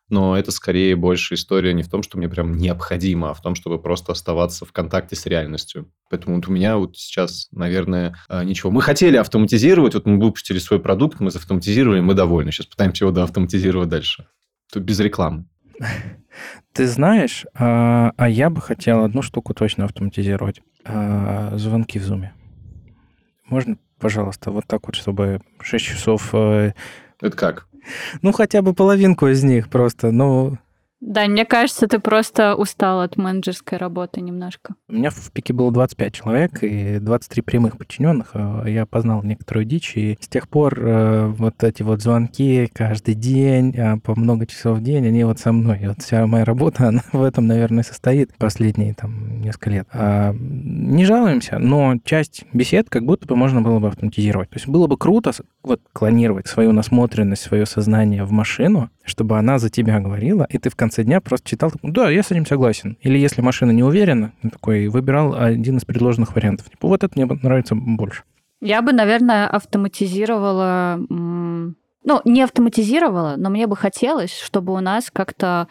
но это скорее больше история не в том, что мне прям необходимо, а в том, чтобы просто оставаться в контакте с реальностью. Поэтому вот у меня вот сейчас, наверное, ничего. Мы хотели автоматизировать, вот мы выпустили свой продукт, мы автоматизировали, мы довольны. Сейчас пытаемся его автоматизировать дальше. Тут без рекламы. Ты знаешь, я бы хотел одну штуку точно автоматизировать. Звонки в Zoom. Можно, пожалуйста, вот так вот, чтобы 6 часов... Это как? Ну, хотя бы половинку из них просто, ну... Да, мне кажется, ты просто устал от менеджерской работы немножко. У меня в пике было 25 человек и 23 прямых подчиненных. Я познал некоторую дичь, и с тех пор вот эти вот звонки каждый день, по много часов в день, они вот со мной. И вот вся моя работа, она в этом, наверное, состоит последние там несколько лет. Не жалуемся, но часть бесед как будто бы можно было бы автоматизировать. То есть было бы круто вот клонировать свою насмотренность, свое сознание в машину, чтобы она за тебя говорила, и ты в конце дня просто читал, да, я с этим согласен. Или если машина не уверена, такой выбирал один из предложенных вариантов. Типа, вот это мне нравится больше. Я бы, наверное, автоматизировала... Ну, не автоматизировала, но мне бы хотелось, чтобы у нас как-то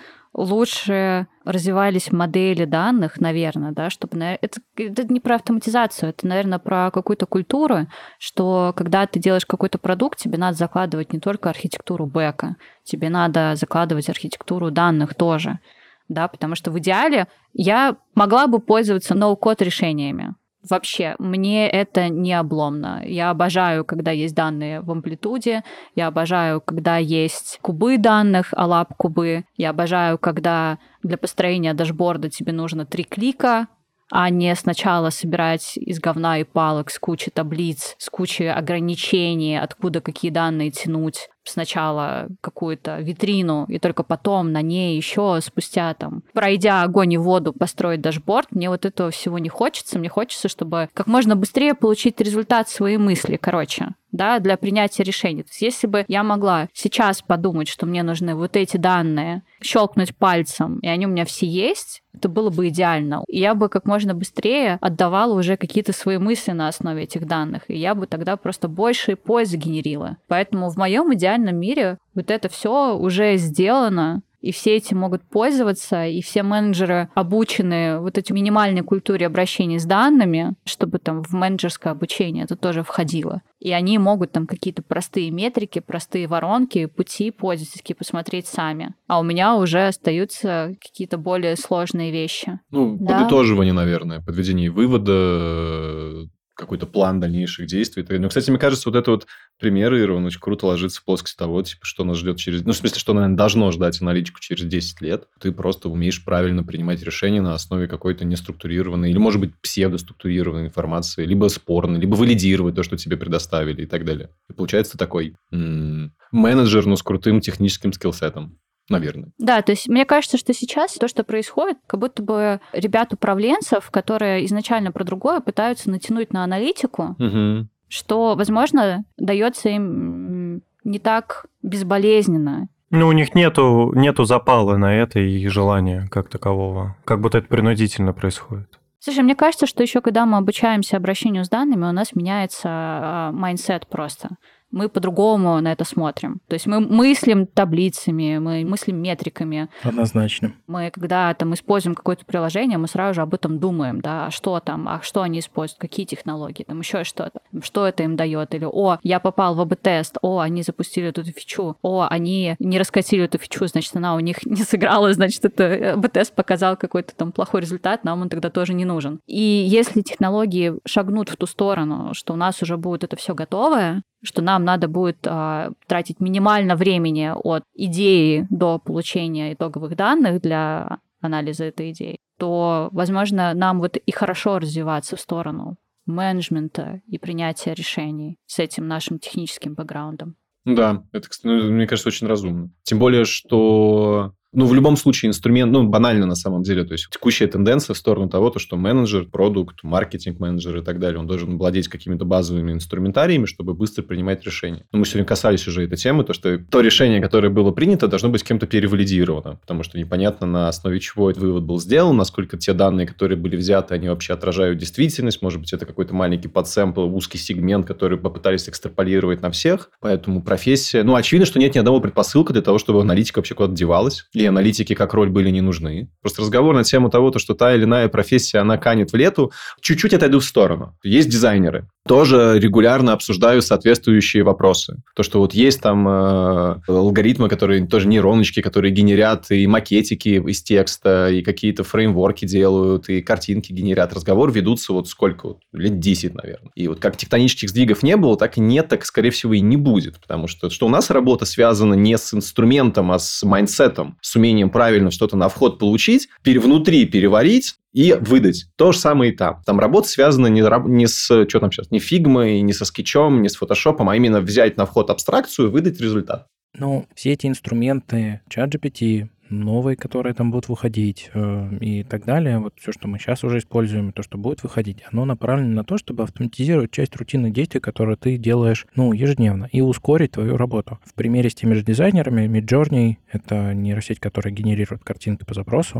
лучше развивались модели данных, наверное, да, чтобы... Это не про автоматизацию, это, наверное, про какую-то культуру, что когда ты делаешь какой-то продукт, тебе надо закладывать не только архитектуру бэка, тебе надо закладывать архитектуру данных тоже, да, потому что в идеале я могла бы пользоваться ноу-код решениями. Вообще, мне это не обломно. Я обожаю, когда есть данные в амплитуде, я обожаю, когда есть кубы данных, алаб кубы, я обожаю, когда для построения дашборда тебе нужно 3 клика, а не сначала собирать из говна и палок с кучей таблиц, с кучей ограничений, откуда какие данные тянуть. Сначала какую-то витрину, и только потом на ней еще спустя там, пройдя огонь и воду, построить дашборд. Мне вот этого всего не хочется. Мне хочется, чтобы как можно быстрее получить результат своей мысли, да, для принятия решений. То есть если бы я могла сейчас подумать, что мне нужны вот эти данные, щелкнуть пальцем, и они у меня все есть, это было бы идеально. И я бы как можно быстрее отдавала уже какие-то свои мысли на основе этих данных, и я бы тогда просто больше пользы генерила. Поэтому в моем идеальном мире вот это все уже сделано, и все эти могут пользоваться, и все менеджеры обучены вот этой минимальной культуре обращения с данными, чтобы там в менеджерское обучение это тоже входило. И они могут там какие-то простые метрики, простые воронки, пути пользовательские посмотреть сами. А у меня уже остаются какие-то более сложные вещи. Ну, да? Подытоживание, наверное, подведение вывода, какой-то план дальнейших действий. Ну, кстати, мне кажется, вот это вот пример, Ира, он очень круто ложится в плоскость того, типа, что нас ждет через... Ну, в смысле, что, наверное, должно ждать аналитику через 10 лет. Ты просто умеешь правильно принимать решения на основе какой-то неструктурированной или, может быть, псевдоструктурированной информации, либо спорной, либо валидировать то, что тебе предоставили и так далее. И получается ты такой менеджер, но с крутым техническим скиллсетом. Наверное. Да, то есть мне кажется, что сейчас то, что происходит, как будто бы ребят-управленцев, которые изначально про другое, пытаются натянуть на аналитику, что, возможно, дается им не так безболезненно. Ну, у них нету запала на это и желания как такового. Как будто это принудительно происходит. Слушай, мне кажется, что еще когда мы обучаемся обращению с данными, у нас меняется майндсет просто. Мы по-другому на это смотрим. То есть мы мыслим таблицами, мы мыслим метриками. Однозначно. Мы, когда там используем какое-то приложение, мы сразу же об этом думаем, да, что там, что они используют, какие технологии, там еще что-то, что это им дает, или, я попал в АБ-тест, они запустили эту фичу, они не раскатили эту фичу, значит, она у них не сыграла, значит, это АБ-тест показал какой-то там плохой результат, нам он тогда тоже не нужен. И если технологии шагнут в ту сторону, что у нас уже будет это все готовое, что нам надо будет тратить минимально времени от идеи до получения итоговых данных для анализа этой идеи, то, возможно, нам вот и хорошо развиваться в сторону менеджмента и принятия решений с этим нашим техническим бэкграундом. Да, это, мне кажется, очень разумно. Тем более, что в любом случае инструмент, банально на самом деле, то есть текущая тенденция в сторону того, что менеджер, продукт, маркетинг-менеджер и так далее, он должен владеть какими-то базовыми инструментариями, чтобы быстро принимать решения. Мы сегодня касались уже этой темы, что то решение, которое было принято, должно быть кем-то перевалидировано, потому что непонятно, на основе чего этот вывод был сделан, насколько те данные, которые были взяты, они вообще отражают действительность, может быть, это какой-то маленький подсэмпл, узкий сегмент, который попытались экстраполировать на всех, поэтому профессия... очевидно, что нет ни одного предпосылка для того, чтобы аналитика вообще куда-то девалась, и аналитики как роль были не нужны. Просто разговор на тему того, что та или иная профессия, она канет в лету, чуть-чуть отойду в сторону. Есть дизайнеры. Тоже регулярно обсуждаю соответствующие вопросы. То, что есть там алгоритмы, которые тоже нейроночки, которые генерят и макетики из текста, и какие-то фреймворки делают, и картинки генерят. Разговор ведутся сколько? Лет 10, наверное. И как тектонических сдвигов не было, так и нет, так, скорее всего, и не будет. Потому что у нас работа связана не с инструментом, а с майндсетом, с умением правильно что-то на вход получить, внутри переварить, и выдать. То же самое и там. Там работа связана не с, что там сейчас, не фигмой, не со скетчом, не с фотошопом, а именно взять на вход абстракцию и выдать результат. Все эти инструменты, ChatGPT, новые, которые там будут выходить и так далее, все, что мы сейчас уже используем, то, что будет выходить, оно направлено на то, чтобы автоматизировать часть рутинных действий, которые ты делаешь, ежедневно, и ускорить твою работу. В примере с теми же дизайнерами, Midjourney — это нейросеть, которая генерирует картинки по запросу,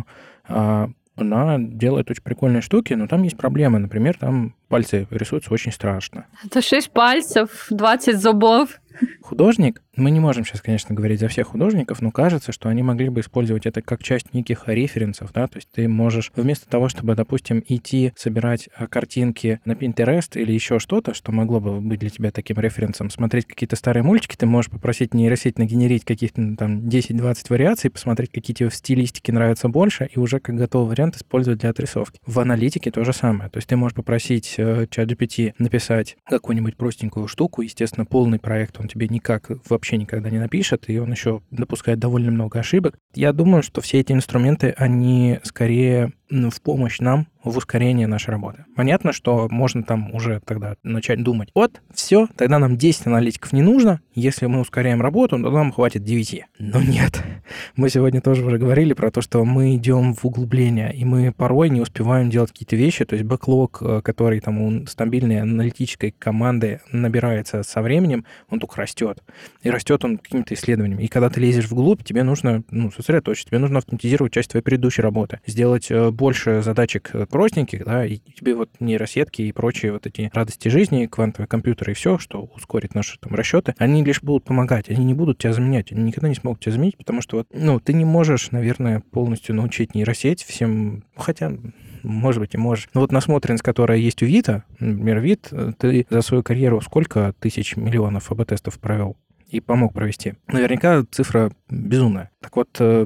она делает очень прикольные штуки, но там есть проблемы. Например, там пальцы рисуются очень страшно. Это 6 пальцев, 20 зубов. Художник, мы не можем сейчас, конечно, говорить за всех художников, но кажется, что они могли бы использовать это как часть неких референсов, да, то есть ты можешь вместо того, чтобы, допустим, идти собирать картинки на Pinterest или еще что-то, что могло бы быть для тебя таким референсом, смотреть какие-то старые мультики, ты можешь попросить нейросеть нагенерить каких-то там 10-20 вариаций, посмотреть, какие тебе в стилистике нравятся больше, и уже как готовый вариант использовать для отрисовки. В аналитике то же самое, то есть ты можешь попросить ChatGPT написать какую-нибудь простенькую штуку, естественно, полный проект он тебе никак вообще никогда не напишет, и он еще допускает довольно много ошибок. Я думаю, что все эти инструменты, они скорее в помощь нам в ускорении нашей работы. Понятно, что можно там уже тогда начать думать, все, тогда нам 10 аналитиков не нужно, если мы ускоряем работу, то нам хватит 9. Но нет. Мы сегодня тоже уже говорили про то, что мы идем в углубление, и мы порой не успеваем делать какие-то вещи, то есть бэклог, который там у стабильной аналитической команды набирается со временем, он только растет. И растет он какими-то исследованиями. И когда ты лезешь вглубь, тебе нужно сосредоточиться, тебе нужно автоматизировать часть твоей предыдущей работы, сделать больше задачек простеньких, да, и тебе нейросетки и прочие эти радости жизни, квантовые компьютеры и все, что ускорит наши расчеты, они лишь будут помогать, они не будут тебя заменять, они никогда не смогут тебя заменить, потому что ты не можешь, наверное, полностью научить нейросеть всем, хотя... Может быть, и можешь. Но насмотренность, которая есть у Вита, например, Вит, ты за свою карьеру сколько тысяч миллионов АБ-тестов провел и помог провести? Наверняка цифра безумная. Так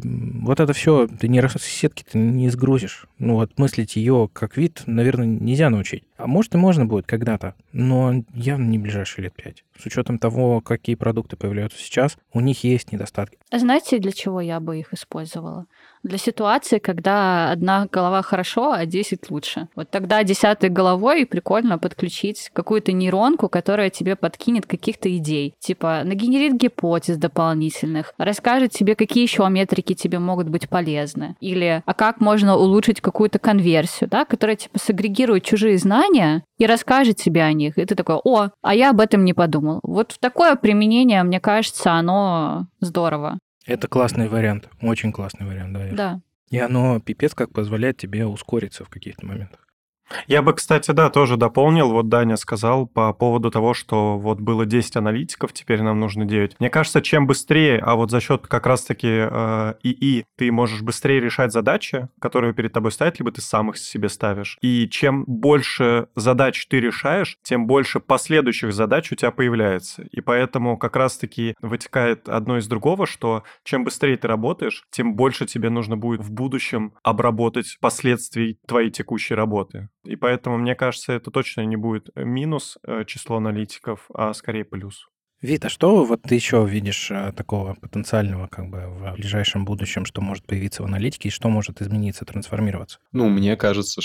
это все ты нейросетки не сгрузишь. Мыслить ее как вид, наверное, нельзя научить. А может, и можно будет когда-то, но явно не в ближайшие лет 5. С учетом того, какие продукты появляются сейчас, у них есть недостатки. Знаете, для чего я бы их использовала? Для ситуации, когда одна голова хорошо, а 10 лучше. Тогда 10-й головой прикольно подключить какую-то нейронку, которая тебе подкинет каких-то идей. Типа нагенерит гипотез дополнительных, расскажет тебе, какие еще метрики тебе могут быть полезны. Или, а как можно улучшить какую-то конверсию, да, которая сагрегирует чужие знания и расскажет тебе о них. И ты такой, а я об этом не подумал. В такое применение, мне кажется, оно здорово. Это классный вариант, очень классный вариант, да. Да. И оно пипец как позволяет тебе ускориться в каких-то моментах. Я бы, кстати, тоже дополнил. Даня сказал по поводу того, что было 10 аналитиков, теперь нам нужно 9. Мне кажется, чем быстрее, а за счет как раз-таки ИИ, ты можешь быстрее решать задачи, которые перед тобой стоят, либо ты сам их себе ставишь. И чем больше задач ты решаешь, тем больше последующих задач у тебя появляется. И поэтому как раз-таки вытекает одно из другого, что чем быстрее ты работаешь, тем больше тебе нужно будет в будущем обработать последствий твоей текущей работы. И поэтому, мне кажется, это точно не будет минус число аналитиков, а скорее плюс. Вит, а что ты еще видишь такого потенциального в ближайшем будущем, что может появиться в аналитике и что может измениться, трансформироваться? Мне кажется,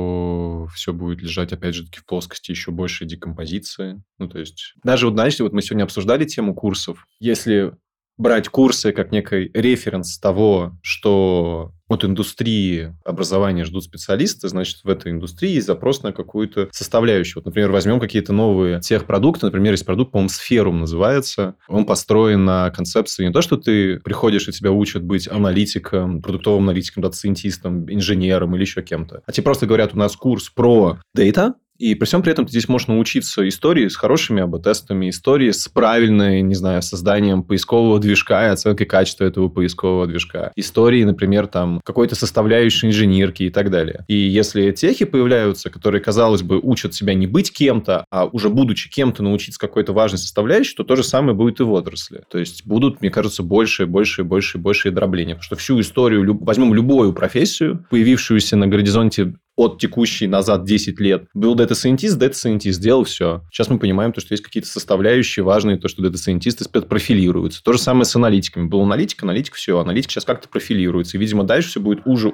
что все будет лежать, опять же, в плоскости еще большей декомпозиции. То есть, даже, знаете, мы сегодня обсуждали тему курсов. Если брать курсы как некий референс того, что от индустрии образования ждут специалисты, значит, в этой индустрии есть запрос на какую-то составляющую. Вот, например, возьмем какие-то новые техпродукты. Например, есть продукт, по-моему, Сферум называется. Он построен на концепции не то, что ты приходишь и тебя учат быть аналитиком, продуктовым аналитиком, дата-сайентистом, инженером или еще кем-то. А тебе просто говорят, у нас курс про data, и при всем при этом ты здесь можешь научиться истории с хорошими АБ-тестами, истории с правильной, не знаю, созданием поискового движка и оценкой качества этого поискового движка. Истории, например, там, какой-то составляющей инженерки и так далее. И если техи появляются, которые, казалось бы, учат себя не быть кем-то, а уже будучи кем-то научиться какой-то важной составляющей, то же самое будет и в отрасли. То есть будут, мне кажется, больше дробления. Потому что всю историю, возьмем любую профессию, появившуюся на горизонте от текущей назад 10 лет. Был дата-сайентист, сделал все. Сейчас мы понимаем, что есть какие-то составляющие важные, то, что дата-сайентисты профилируются. То же самое с аналитиками. Был аналитик, все. Аналитик сейчас как-то профилируется. И, видимо, дальше все будет уже.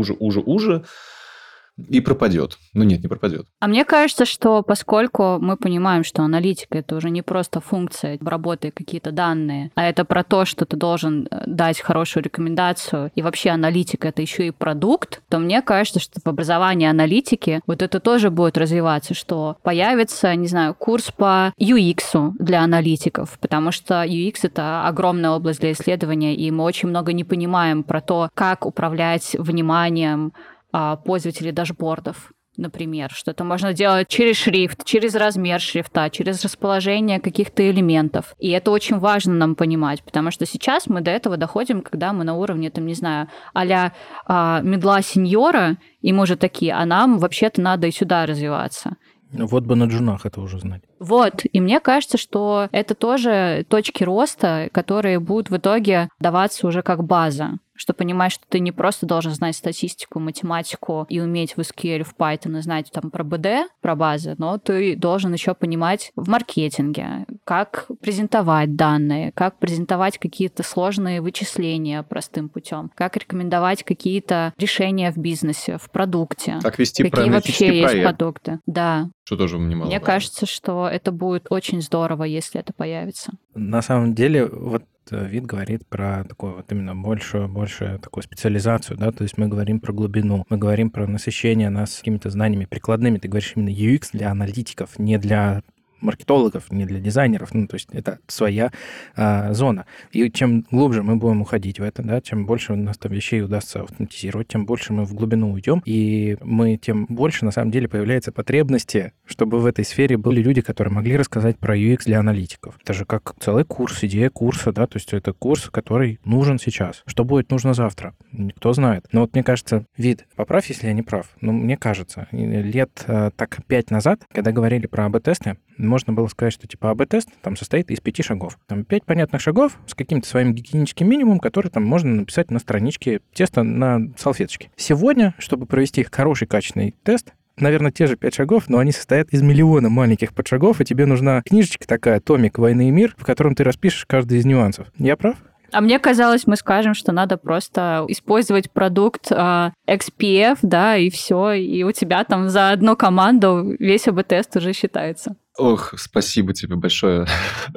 И пропадет. Ну нет, не пропадет. А мне кажется, что поскольку мы понимаем, что аналитика — это уже не просто функция, работы какие-то данные, а это про то, что ты должен дать хорошую рекомендацию, и вообще аналитика — это еще и продукт, то мне кажется, что в образовании аналитики вот это тоже будет развиваться, что появится, не знаю, курс по UX для аналитиков, потому что UX — это огромная область для исследования, и мы очень много не понимаем про то, как управлять вниманием пользователей дашбордов, например, что это можно делать через шрифт, через размер шрифта, через расположение каких-то элементов. И это очень важно нам понимать, потому что сейчас мы до этого доходим, когда мы на уровне, там, не знаю, а-ля медла сеньора, и мы уже такие, а нам вообще-то надо и сюда развиваться. Вот бы на джунах это уже знать. Вот, и мне кажется, что это тоже точки роста, которые будут в итоге даваться уже как база. Что понимаешь, что ты не просто должен знать статистику, математику и уметь в SQL, в Python и знать там про БД, про базы, но ты должен еще понимать в маркетинге, как презентовать данные, как презентовать какие-то сложные вычисления простым путем, как рекомендовать какие-то решения в бизнесе, в продукте. Как вести какие вообще проект. есть продукты. Да. Что тоже немало. Мне кажется, что это будет очень здорово, если это появится. На самом деле, вот Вид говорит про такую вот именно большую такую специализацию, да, то есть мы говорим про глубину, мы говорим про насыщение нас какими-то знаниями прикладными, ты говоришь именно UX для аналитиков, не для маркетологов, не для дизайнеров, ну, то есть это своя зона. И чем глубже мы будем уходить в это, да, чем больше у нас там вещей удастся автоматизировать, тем больше мы в глубину уйдем, и тем больше, на самом деле, появляется потребности, чтобы в этой сфере были люди, которые могли рассказать про UX для аналитиков. Это же как целый курс, идея курса, да, то есть это курс, который нужен сейчас. Что будет нужно завтра? Никто знает. Но вот мне кажется, Вид, поправь, если я не прав, но мне кажется, лет так 5 назад, когда говорили про АБ-тесты, можно было сказать, что типа АБ-тест там состоит из 5 шагов. Там 5 понятных шагов с каким-то своим гигиеническим минимумом, который там можно написать на страничке теста на салфеточке. Сегодня, чтобы провести хороший качественный тест, наверное, те же 5 шагов, но они состоят из миллиона маленьких подшагов, и тебе нужна книжечка такая, томик «Войны и мир», в котором ты распишешь каждый из нюансов. Я прав? А мне казалось, мы скажем, что надо просто использовать продукт XPF, да, и все, и у тебя там за одну команду весь АБ-тест уже считается. Ох, спасибо тебе большое.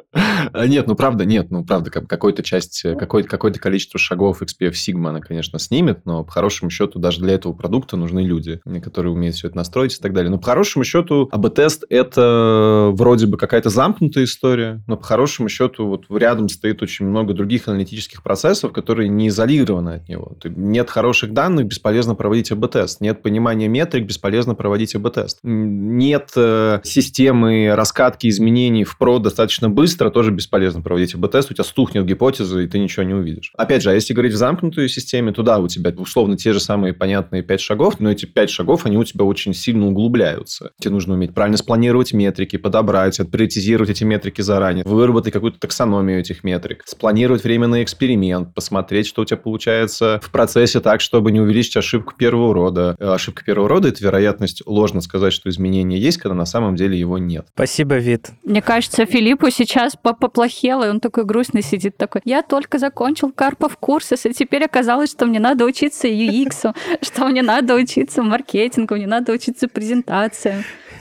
Нет, правда, какой-то какое-то количество шагов XPF Sigma она, конечно, снимет, но по хорошему счету даже для этого продукта нужны люди, которые умеют все это настроить и так далее. Но по хорошему счету АБ-тест – это вроде бы какая-то замкнутая история, но по хорошему счету вот рядом стоит очень много других аналитических процессов, которые не изолированы от него. Нет хороших данных – бесполезно проводить АБ-тест. Нет понимания метрик – бесполезно проводить АБ-тест. Нет системы раскатки изменений в PRO достаточно быстро, тоже бесполезно проводить АБ-тест, у тебя стухнет гипотеза, и ты ничего не увидишь. Опять же, а если говорить в замкнутую системе, то да, у тебя условно те же самые понятные 5 шагов, но эти 5 шагов, они у тебя очень сильно углубляются. Тебе нужно уметь правильно спланировать метрики, подобрать, отприоритизировать эти метрики заранее, выработать какую-то таксономию этих метрик, спланировать время на эксперимент, посмотреть, что у тебя получается в процессе так, чтобы не увеличить ошибку первого рода. Ошибка первого рода – это вероятность ложно сказать, что изменение есть, когда на самом деле его нет. Спасибо, Вид. Мне кажется, Филиппу сейчас поплохело, и он такой грустный сидит, такой, я только закончил Карпов курс, и теперь оказалось, что мне надо учиться UX, что мне надо учиться маркетингу, мне надо учиться презентациям.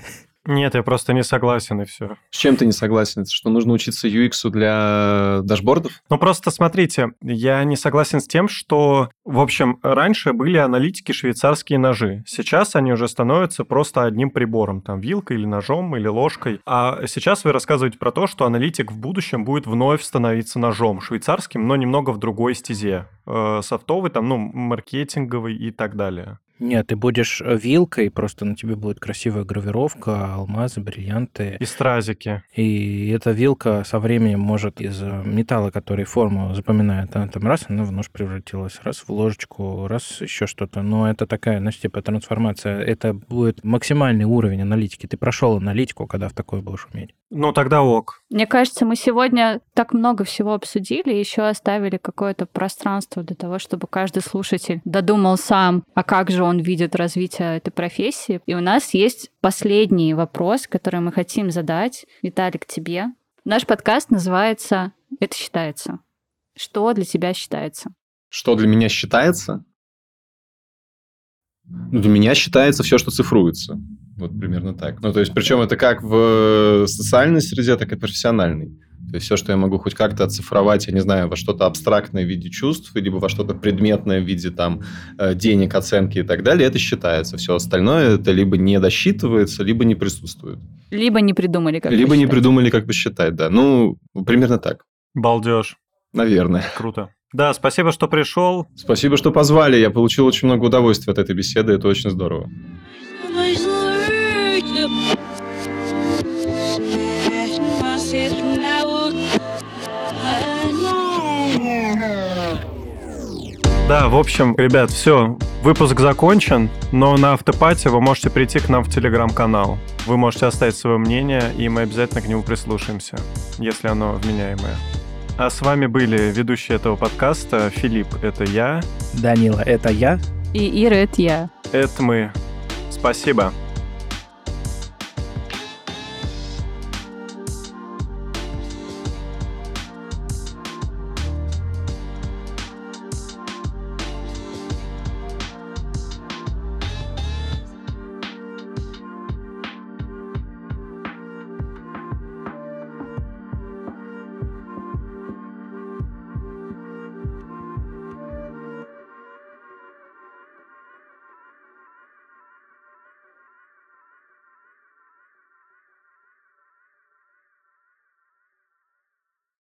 Нет, я просто не согласен, и все. С чем ты не согласен? Что нужно учиться UX для дашбордов? Ну, просто смотрите, я не согласен с тем, что, в общем, раньше были аналитики швейцарские ножи. Сейчас они уже становятся просто одним прибором, там, вилкой или ножом, или ложкой. А сейчас вы рассказываете про то, что аналитик в будущем будет вновь становиться ножом швейцарским, но немного в другой стезе. Софтовый, там, ну, маркетинговый и так далее. Нет, ты будешь вилкой, просто на тебе будет красивая гравировка, алмазы, бриллианты. И стразики. И эта вилка со временем может из металла, который форму запоминает, она там раз, она в нож превратилась, раз в ложечку, раз еще что-то. Но это такая, значит, типа трансформация. Это будет максимальный уровень аналитики. Ты прошел аналитику, когда в такое будешь уметь. Ну, тогда ок. Мне кажется, мы сегодня так много всего обсудили, еще оставили какое-то пространство для того, чтобы каждый слушатель додумал сам, а как же он видит развитие этой профессии. И у нас есть последний вопрос, который мы хотим задать. Виталик, тебе. Наш подкаст называется «Это считается». Что для тебя считается? Что для меня считается? Для меня считается все, что цифруется. Вот примерно так. Ну, то есть, причем это как в социальной среде, так и профессиональной. То есть, все, что я могу хоть как-то оцифровать, я не знаю, во что-то абстрактное в виде чувств, либо во что-то предметное в виде там денег, оценки и так далее, это считается. Все остальное это либо не досчитывается, либо не присутствует. Либо не придумали, как Либо посчитать. не придумали, как посчитать, да. Ну, примерно так. Балдеж. Наверное. Круто. Да, спасибо, что пришел. Спасибо, что позвали. Я получил очень много удовольствия от этой беседы. Это очень здорово. Да, в общем, ребят, все, выпуск закончен, но на автопате вы можете прийти к нам в Телеграм-канал. Вы можете оставить свое мнение, и мы обязательно к нему прислушаемся, если оно вменяемое. А с вами были ведущие этого подкаста Филипп, это я. Данила, это я. И Ира, это я. Это мы. Спасибо.